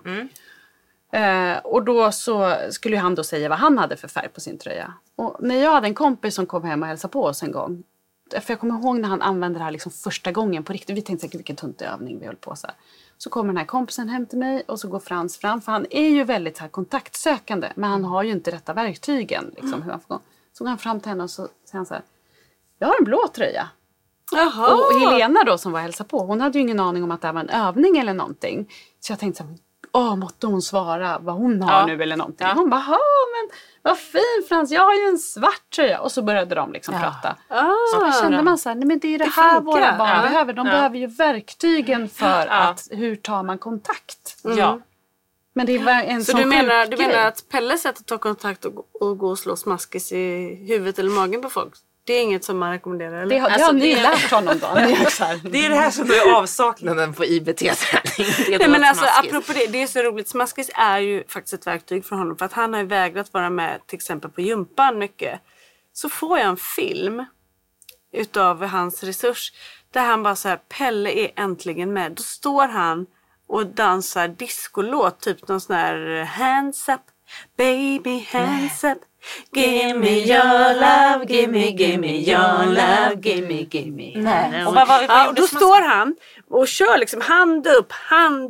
Och då så skulle han då säga vad han hade för färg på sin tröja. Och när jag hade en kompis som kom hem och hälsade på oss en gång. För jag kommer ihåg när han använde det här liksom första gången på riktigt. Vi tänkte säkert vilken tuntövning vi höll på så här. Så kommer den här kompisen hem till mig och så går Frans fram. För han är ju väldigt här kontaktsökande. Men han har ju inte rätta verktygen. Liksom, hur han får gå. Så går han fram till henne och så säger han så här. Jag har en blå tröja. Jaha. Och Helena då som var hälsa på, hon hade ju ingen aning om att det här var en övning eller någonting. Så jag tänkte så här, måtte hon svara vad hon har nu eller någonting. Hon bara, men vad fin Frans, jag har ju en svart tröja. Och så började de liksom prata. Så kände man så här, nej men det är det här våra barn behöver. De behöver ju verktygen för att, hur tar man kontakt? Ja. Men det var en så sån du menar att Pelles sätt att ta kontakt och gå och slå smaskis i huvudet eller magen på folk, det är inget som man rekommenderar? Eller? Det har ni lärt honom då? Det är det här som är avsaknaden på IBT-träning. Nej, men alltså, apropå det är så roligt. Smaskis är ju faktiskt ett verktyg för honom. För att han har ju vägrat vara med till exempel på gympan mycket. Så får jag en film utav hans resurs. Där han bara så här, Pelle är äntligen med. Då står han och dansar discolåt. Typ någon sån här hands up, baby hands up. Give me your love, give me your love, give me. Nej. Och då står han och kör liksom hand upp, hand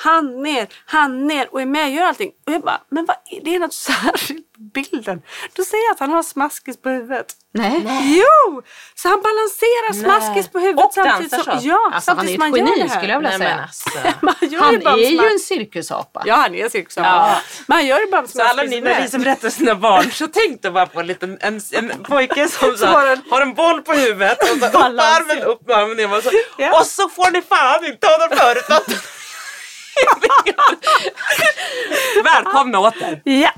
ner och är med och gör allting. Och jag bara, men vad är det något särskilt på bilden? Då säger jag att han har smaskis på huvudet. Nej. Jo! Så han balanserar smaskis på huvudet och samtidigt som... Ja, alltså, samtidigt han är ett geni skulle jag vilja säga. Han är ju en cirkusapa. Ja, han är en cirkusapa. Ja. Men han gör det bara med så alla ni när ni som rättar sina barn så tänkte bara på en pojke som så har en boll på huvudet och så upp armen upp armen ner och så, och så får ni fan inte ha den förut. Välkomna åter. Ja.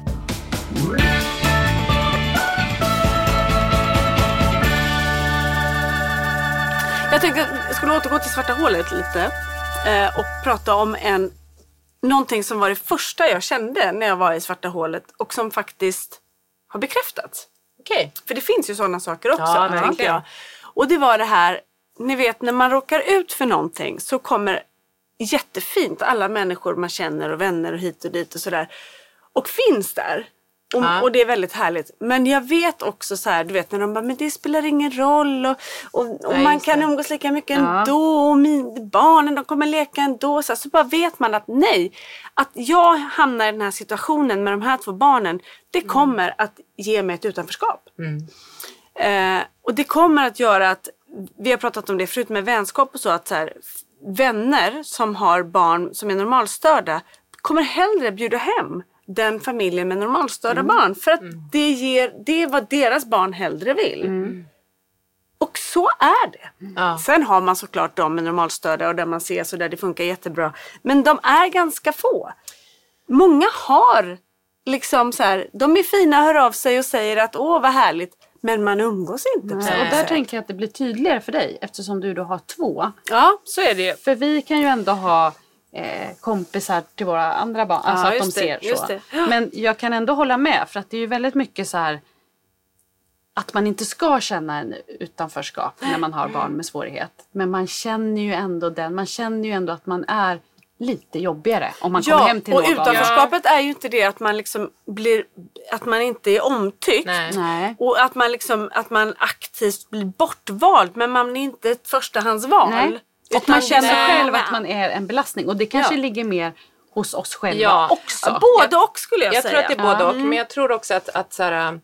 Jag tänkte att jag skulle återgå till svarta hålet lite och prata om någonting som var det första jag kände när jag var i svarta hålet och som faktiskt har bekräftats. Okej. För det finns ju sådana saker också, verkligen. tänker jag. Och det var det här, ni vet när man råkar ut för någonting så kommer jättefint alla människor man känner och vänner och hit och dit och sådär. Och finns där. Och det är väldigt härligt. Men jag vet också så här, du vet när de bara, men det spelar ingen roll och man kan umgås lika mycket ändå och barnen de kommer leka ändå. Så bara vet man att nej, att jag hamnar i den här situationen med de här 2 barnen, det kommer att ge mig ett utanförskap. Och det kommer att göra att, vi har pratat om det förut med vänskap och så, att så här, vänner som har barn som är normalstörda kommer hellre bjuda hem den familjen med normalstörda barn. För att det är vad deras barn hellre vill. Och så är det. Sen har man såklart de med normalstörda och där man ser så där det funkar jättebra. Men de är ganska få. Många har liksom så här, de är fina, hör av sig och säger att åh vad härligt. Men man umgås inte. Och där tänker jag att det blir tydligare för dig eftersom du då har 2. Ja, så är det ju. För vi kan ju ändå ha kompisar till våra andra barn. Alltså att de ser så. Men jag kan ändå hålla med för att det är ju väldigt mycket så här att man inte ska känna en utanförskap när man har barn med svårighet. Men man känner ju ändå att man är lite jobbigare om man kommer hem till någon. Och utanförskapet är ju inte det att man liksom blir, att man inte är omtyckt. Nej. Och att man liksom, att man aktivt blir bortvald, men man är inte ett förstahandsval. Nej. Och man känner själv att man är en belastning. Och det kanske ligger mer hos oss själva också. Både och skulle jag säga. Jag tror att det är både och. Men jag tror också att så här,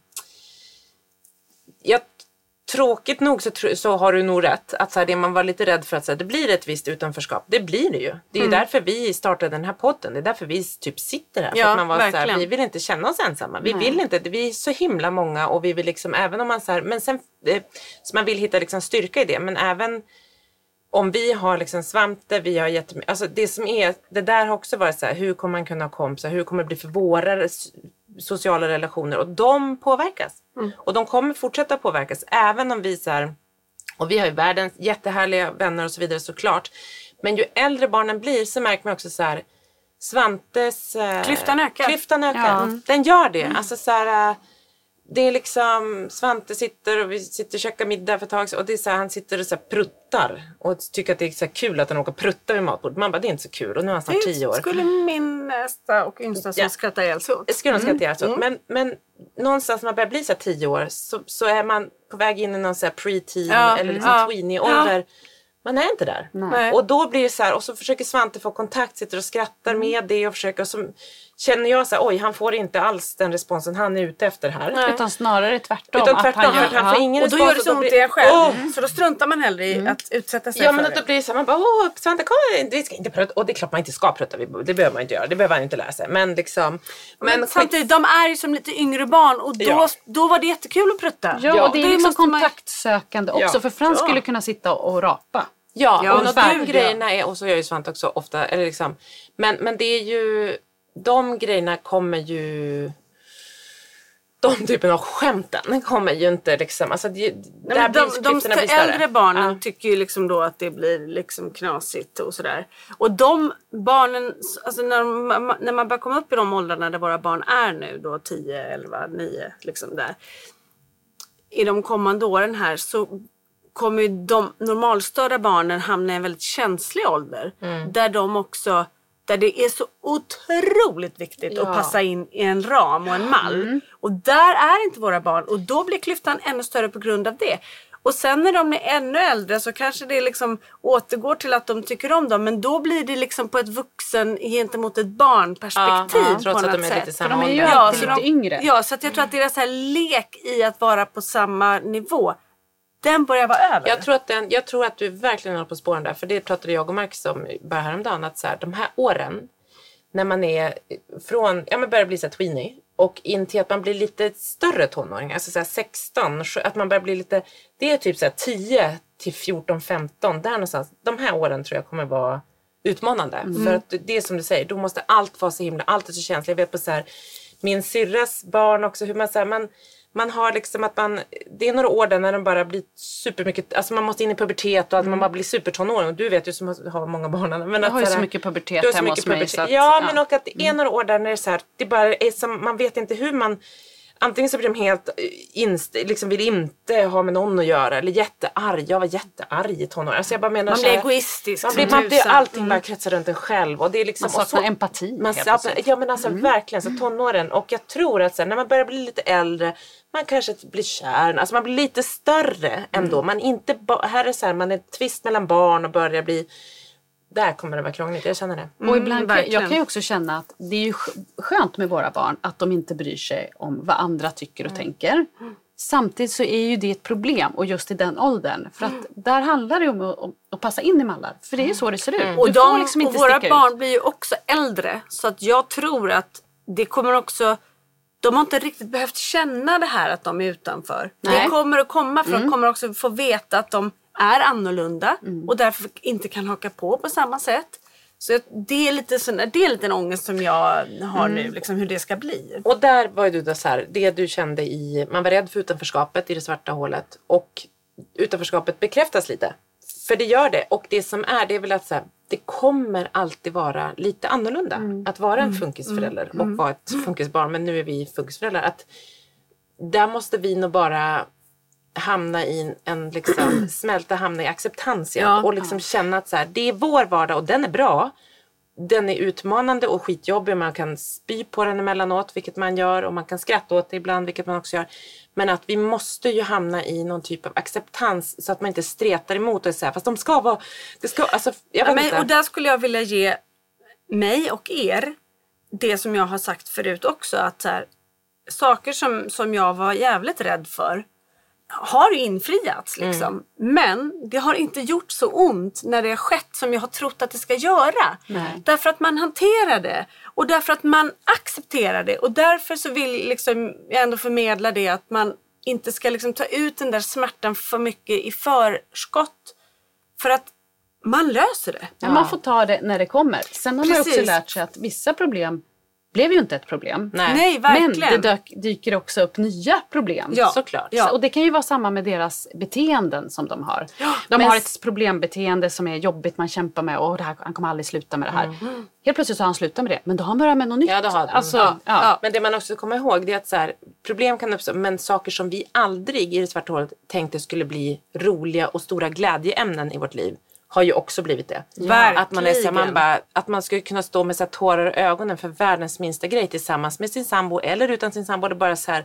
tråkigt nog så har du nog rätt. Att så här, det man var lite rädd för att så här, det blir ett visst utanförskap. Det blir det ju. Det är ju därför vi startade den här podden. Det är därför vi typ sitter här. För att man var så här, vi vill inte känna oss ensamma. Vi vill inte. Vi är så himla många. Och vi vill liksom, även om man så här, men sen, så man vill hitta liksom styrka i det. Men även om vi har liksom Svante, vi har jättemycket. Alltså det som är, det där har också varit så här, hur kommer man kunna ha kompisar? Hur kommer det bli för våra sociala relationer? Och de påverkas. Och de kommer fortsätta påverkas. Även om vi så här, och vi har ju världens jättehärliga vänner och så vidare såklart. Men ju äldre barnen blir så märker man också så här, Svantes Klyftan ökar. Ja. Den gör det. Alltså så här, det är liksom, Svante sitter och vi sitter och käkar middag för ett tag. Och det är så här, han sitter och så här pruttar. Och tycker att det är så här kul att han åker prutta vid matbordet. Man bara, det är inte så kul. Och nu är han snart 10 år. Det skulle min nästa och yngsta som skrattar ihjäl så. Skulle de skratta ihjäl så. Men någonstans när man börjar bli så här 10 år. Så är man på väg in i någon så här pre-teen eller liksom tweenie-ålder. Man är inte där. Nej. Och då blir det så här, och så försöker Svante få kontakt, sitter och skrattar med det och försöker, och så känner jag så här, oj, han får inte alls den responsen han är ute efter här. Nej. Utan snarare tvärtom. För att han får ingen och då respons. gör det så ont i en själv. Så då struntar man hellre i att utsätta sig Ja, för men det. då blir det så här, man bara, Svante, kom, vi ska inte prata. Och det är klart man inte ska prata, det behöver man inte göra, det behöver man inte lära sig. Men liksom, men samtidigt, de är ju som lite yngre barn och då var det jättekul att prutta. Ja, och det är liksom kontaktsökande också. För Frans skulle kunna sitta och rapa. Ja, och de grejerna är, och så gör ju Svante också ofta, eller liksom, men det är ju, de grejerna kommer ju, de typen av skämten kommer ju inte liksom, alltså de äldre barnen tycker ju liksom då att det blir liksom knasigt och sådär. Och de barnen, alltså när man börjar komma upp i de åldrarna där våra barn är nu då 10, 11, 9 liksom där. I de kommande åren här så kommer ju de normalstörda barnen hamna i en väldigt känslig ålder. Där det är så otroligt viktigt att passa in i en ram och en mall. Och där är inte våra barn. Och då blir klyftan ännu större på grund av det. Och sen när de är ännu äldre så kanske det liksom återgår till att de tycker om dem. Men då blir det liksom på ett vuxen gentemot ett barnperspektiv trots på att något de är lite sätt. samma För de är ju ålder. alltid lite yngre. Ja, så att jag tror att deras här lek i att vara på samma nivå, den börjar vara över. Jag tror att du verkligen håller på spåren där. För det pratade jag och Marcus om bara häromdagen. Att så här, de här åren när man är från, man börjar bli så här tweenie. Och in till att man blir lite större tonåring. Alltså så här 16. Att man börjar bli lite, det är typ så här 10 till 14, 15. Där någonstans. De här åren tror jag kommer vara utmanande. För att det är som du säger. Då måste allt vara så himla, allt är så känsligt. Jag vet på så här, min syrras barn också. Hur man så här, Man har liksom att det är några år där när de bara blir supermycket, alltså man måste in i pubertet och att man bara blir supertonåring. Och du vet ju som har många barn. Men jag har ju så mycket pubertet hemma hos mig. Så att, men och att det är några år där när det är så här, det bara är som, man vet inte hur man, antingen så blir de helt liksom vill inte ha med någon att göra. Eller jättearg, jag var jättearg i tonåren. Alltså jag bara menar man blir egoistisk. Man blir allting bara kretsar runt en själv. Och det är liksom, man saknar empati. Ja men alltså verkligen, så tonåren. Och jag tror att när man börjar bli lite äldre, man kanske blir kär. Alltså man blir lite större ändå. Man inte här är så här, man är tvist mellan barn och börjar bli. Där kommer det vara krångligt, jag känner det. Och ibland jag kan ju också känna att det är ju skönt med våra barn att de inte bryr sig om vad andra tycker och tänker. Samtidigt så är ju det ett problem, och just i den åldern. För att där handlar det om att passa in i mallar. För det är ju så det ser ut. Och, och våra barn blir ju också äldre. Så att jag tror att det kommer också... De har inte riktigt behövt känna det här att de är utanför. Nej. Det kommer att komma, för de kommer också få veta att de är annorlunda. Och därför inte kan haka på samma sätt. Så det är lite en ångest som jag har nu, liksom hur det ska bli. Och där var ju du där så här, det du kände man var rädd för utanförskapet i det svarta hålet. Och utanförskapet bekräftas lite. För det gör det. Och det som det är väl att så här, det kommer alltid vara lite annorlunda. Att vara en funkisförälder och vara ett funkisbarn. Men nu är vi funkisföräldrar. Att där måste vi nog bara hamna i en liksom, hamna i acceptans igen. Och liksom känna att så här, det är vår vardag och den är bra. Den är utmanande och skitjobbig. Man kan spy på den emellanåt, vilket man gör. Och man kan skratta åt det ibland, vilket man också gör. Men att vi måste ju hamna i någon typ av acceptans så att man inte stretar emot och säger, fast de ska vara... alltså, jag vet inte. Och där skulle jag vilja ge mig och er det som jag har sagt förut också. Att så här, saker som jag var jävligt rädd för har ju infriats liksom. Men det har inte gjort så ont när det har skett som jag har trott att det ska göra. Nej. Därför att man hanterar det. Och därför att man accepterar det. Och därför så vill liksom jag ändå förmedla det, att man inte ska liksom ta ut den där smärtan för mycket i förskott. För att man löser det. Ja. Man får ta det när det kommer. Sen har man också lärt sig att vissa problem blev ju inte ett problem. Nej, verkligen. Men det dyker också upp nya problem. Ja, såklart. Ja. Och det kan ju vara samma med deras beteenden som de har. Ja, de har ett problembeteende som är jobbigt, man kämpar med. Och han kommer aldrig sluta med det här. Helt plötsligt så har han slutat med det. Men då har han börjat med något nytt. Ja, det har alltså, Men det man också kommer ihåg, det är att så här, problem kan uppstå. Men saker som vi aldrig i det svarta hålet tänkte skulle bli roliga och stora glädjeämnen i vårt liv har ju också blivit det. Verkligen. Att man är så, man bara, att man skulle kunna stå med så här tårar i ögonen för världens minsta grej tillsammans med sin sambo eller utan sin sambo. Det bara så här,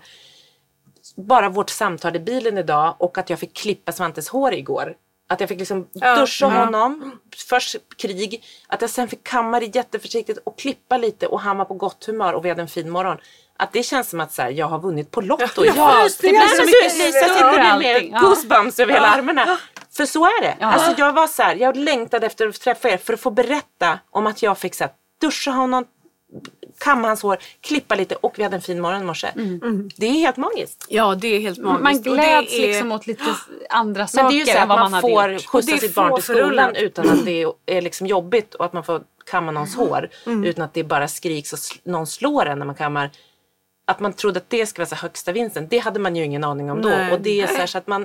bara vårt samtal i bilen idag och att jag fick klippa Svantes hår igår. Att jag fick liksom duscha honom, först krig, att jag sen fick kamma det jätteförsiktigt och klippa lite och han var på gott humör och vi hade en fin morgon. Att det känns som att så här, jag har vunnit på Lotto. Det blir så mycket Lisa sitter med goosebumps över hela armarna. För så är det. Alltså jag var så här, jag längtade efter att träffa er för att få berätta om att jag fick så här, duscha honom, kamma hans hår, klippa lite och vi hade en fin morgon i morse. Det är helt magiskt. Ja, det är helt magiskt. Man gläds liksom åt lite andra saker. Men det är ju så att man får skjutsa sitt barn till skolan förullat. utan att det är liksom jobbigt och att man får kamma någons hår utan att det bara skriks och någon slår en när man kammar. Att man trodde att det skulle vara så högsta vinsten. Det hade man ju ingen aning om då. Och det är så att man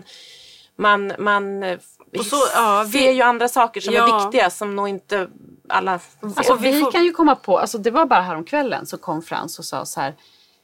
ser ju andra saker som är viktiga som nog inte alla... Alltså, vi kan ju komma på, alltså det var bara här om kvällen så kom Frans och sa så här,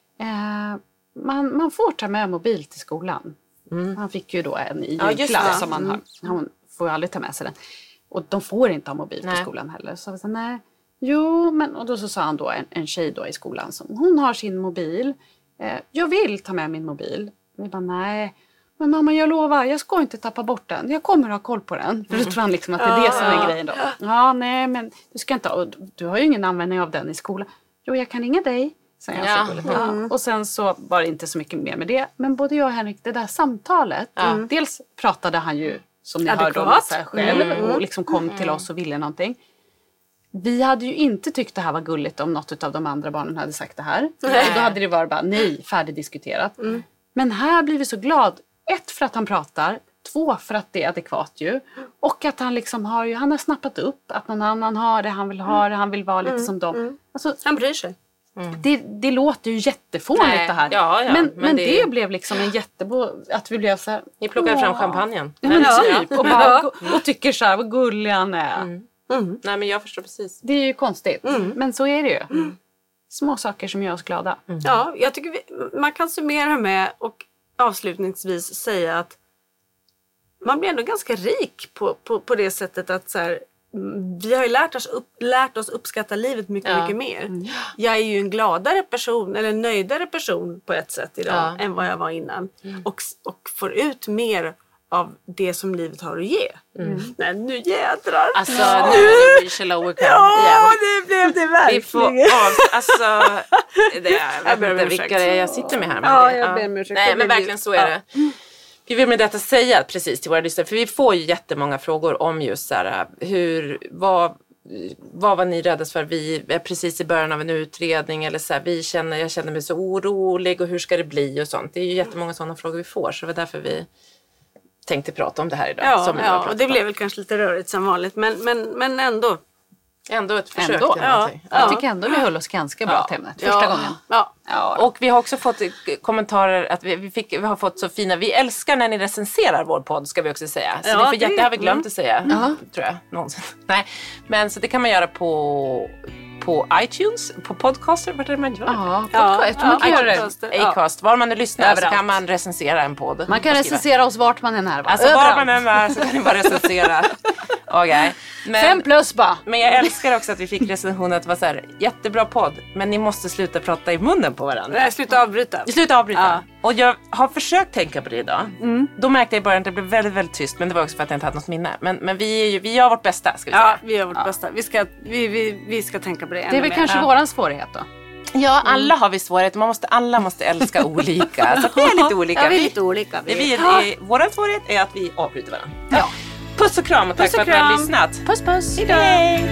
man får ta med mobil till skolan. Han fick ju då en i julklass som han får ju aldrig ta med sig den. Och de får inte ha mobil till skolan heller. Så vi sa, nej. Jo, men och då så sa han då en tjej då i skolan som hon har sin mobil. Jag vill ta med min mobil. Vi bara, nej. Men mamma, jag lovar, jag ska inte tappa bort den. Jag kommer att ha koll på den. För då tror han liksom att det är det som är grejen då. Ja, nej, men du ska inte, du har ju ingen användning av den i skolan. Jo, jag kan ringa dig. Och sen så var det inte så mycket mer med det. Men både jag och Henrik, det där samtalet. Dels pratade han ju, som ni hörde om sig själv. Och liksom kom till oss och ville någonting. Vi hade ju inte tyckt det här var gulligt om något av de andra barnen hade sagt det här. Och då hade det varit bara färdigdiskuterat. Men här blir vi så glad. 1, för att han pratar. 2, för att det är adekvat ju. Och att han liksom han har snappat upp att någon annan har det. Han vill ha det. Han vill vara lite som dem. Alltså, han bryr sig. Det låter ju jättefånigt det här. Ja, men det blev liksom en att vi blev så här. Ni plockade fram champagnen. Men typ. Och tycker så här, vad gullig han är. Nej, men jag förstår precis. Det är ju konstigt. Men så är det ju. Små saker som gör oss glada. Ja, jag tycker man kan summera med och avslutningsvis säga att man blir ändå ganska rik på det sättet att så här, vi har ju lärt oss uppskatta livet mycket mer. Jag är ju en gladare person eller en nöjdare person på ett sätt idag än vad jag var innan. Och får ut mer av det som livet har att ge. Nej, nu jädrar. Alltså, nu är det Rachel Overcome igen. Ja, det blev det verkligen. Vi får jag vet inte vilka jag sitter med här. Men jag ber om ursäkt. Nej, men verkligen så är det. Vi vill med detta säga precis till våra lyssnare, för vi får ju jättemånga frågor om just så här, vad var ni rädda för? Vi är precis i början av en utredning eller så här, jag känner mig så orolig och hur ska det bli och sånt. Det är ju jättemånga sådana frågor vi får, så det var därför vi tänkte prata om det här idag. Ja, och det blev väl kanske lite rörigt som vanligt, men ändå. Ändå ett försök. Jag tycker ändå vi höll oss ganska bra till ämnet första gången. Ja. Och vi har också fått kommentarer att vi har fått så fina. Vi älskar när ni recenserar vår podd, ska vi också säga. Så det har vi glömt att säga, tror jag. Någonsin. Nej, men så det kan man göra på iTunes, på Podcaster, vart är det man gör det? Acast, var man lyssnar så kan man recensera en podd. Man kan recensera oss vart man än är. Alltså var man än är så kan ni bara recensera. Okay. 5+ bara. Men jag älskar också att vi fick recensionen att det var så här, jättebra podd, men ni måste sluta prata i munnen på varandra. Nej, sluta avbryta. Ja. Och jag har försökt tänka på det idag. Då märkte jag i början att det blev väldigt, väldigt tyst, men det var också för att jag inte hade något minne. Men vi gör vårt bästa, ska vi säga. Ja, vi gör vårt bästa. Vi ska tänka på det. Det är väl kanske våran svårighet då. Ja, alla har vi svårigheter. Alla måste älska olika. Så vi är lite olika. Ja, vi är lite olika. Vår svårighet är att vi avbryter varandra. Ja. Puss och kram och tack för att ni har lyssnat. Puss. Hej.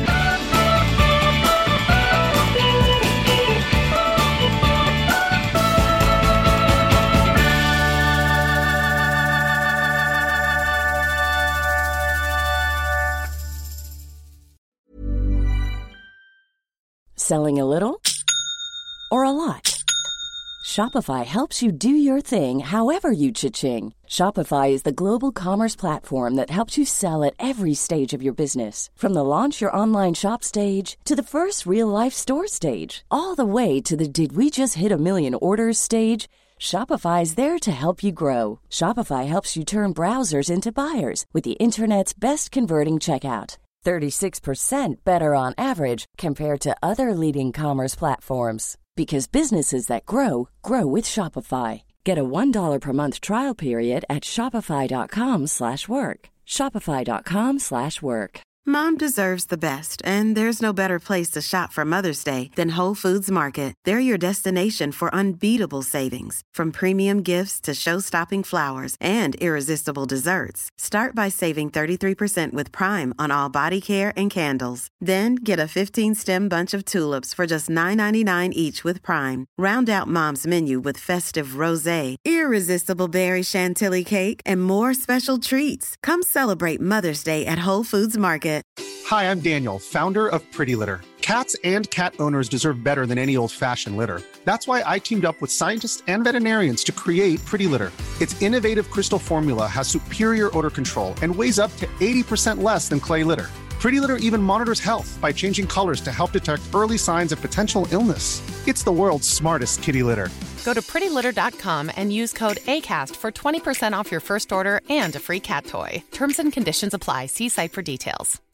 Selling a little or a lot? Shopify helps you do your thing however you cha-ching. Shopify is the global commerce platform that helps you sell at every stage of your business. From the launch your online shop stage to the first real-life store stage, all the way to the did we just hit a million orders stage. Shopify is there to help you grow. Shopify helps you turn browsers into buyers with the internet's best converting checkout. 36% better on average compared to other leading commerce platforms. Because businesses that grow, grow with Shopify. Get a $1 per month trial period at shopify.com/work. Shopify.com/work. Mom deserves the best, and there's no better place to shop for Mother's Day than Whole Foods Market. They're your destination for unbeatable savings, from premium gifts to show-stopping flowers and irresistible desserts. Start by saving 33% with Prime on all body care and candles. Then get a 15-stem bunch of tulips for just $9.99 each with Prime. Round out Mom's menu with festive rosé, irresistible berry chantilly cake, and more special treats. Come celebrate Mother's Day at Whole Foods Market. Hi, I'm Daniel, founder of Pretty Litter. Cats and cat owners deserve better than any old-fashioned litter. That's why I teamed up with scientists and veterinarians to create Pretty Litter. Its innovative crystal formula has superior odor control and weighs up to 80% less than clay litter. Pretty Litter even monitors health by changing colors to help detect early signs of potential illness. It's the world's smartest kitty litter. Go to prettylitter.com and use code ACAST for 20% off your first order and a free cat toy. Terms and conditions apply. See site for details.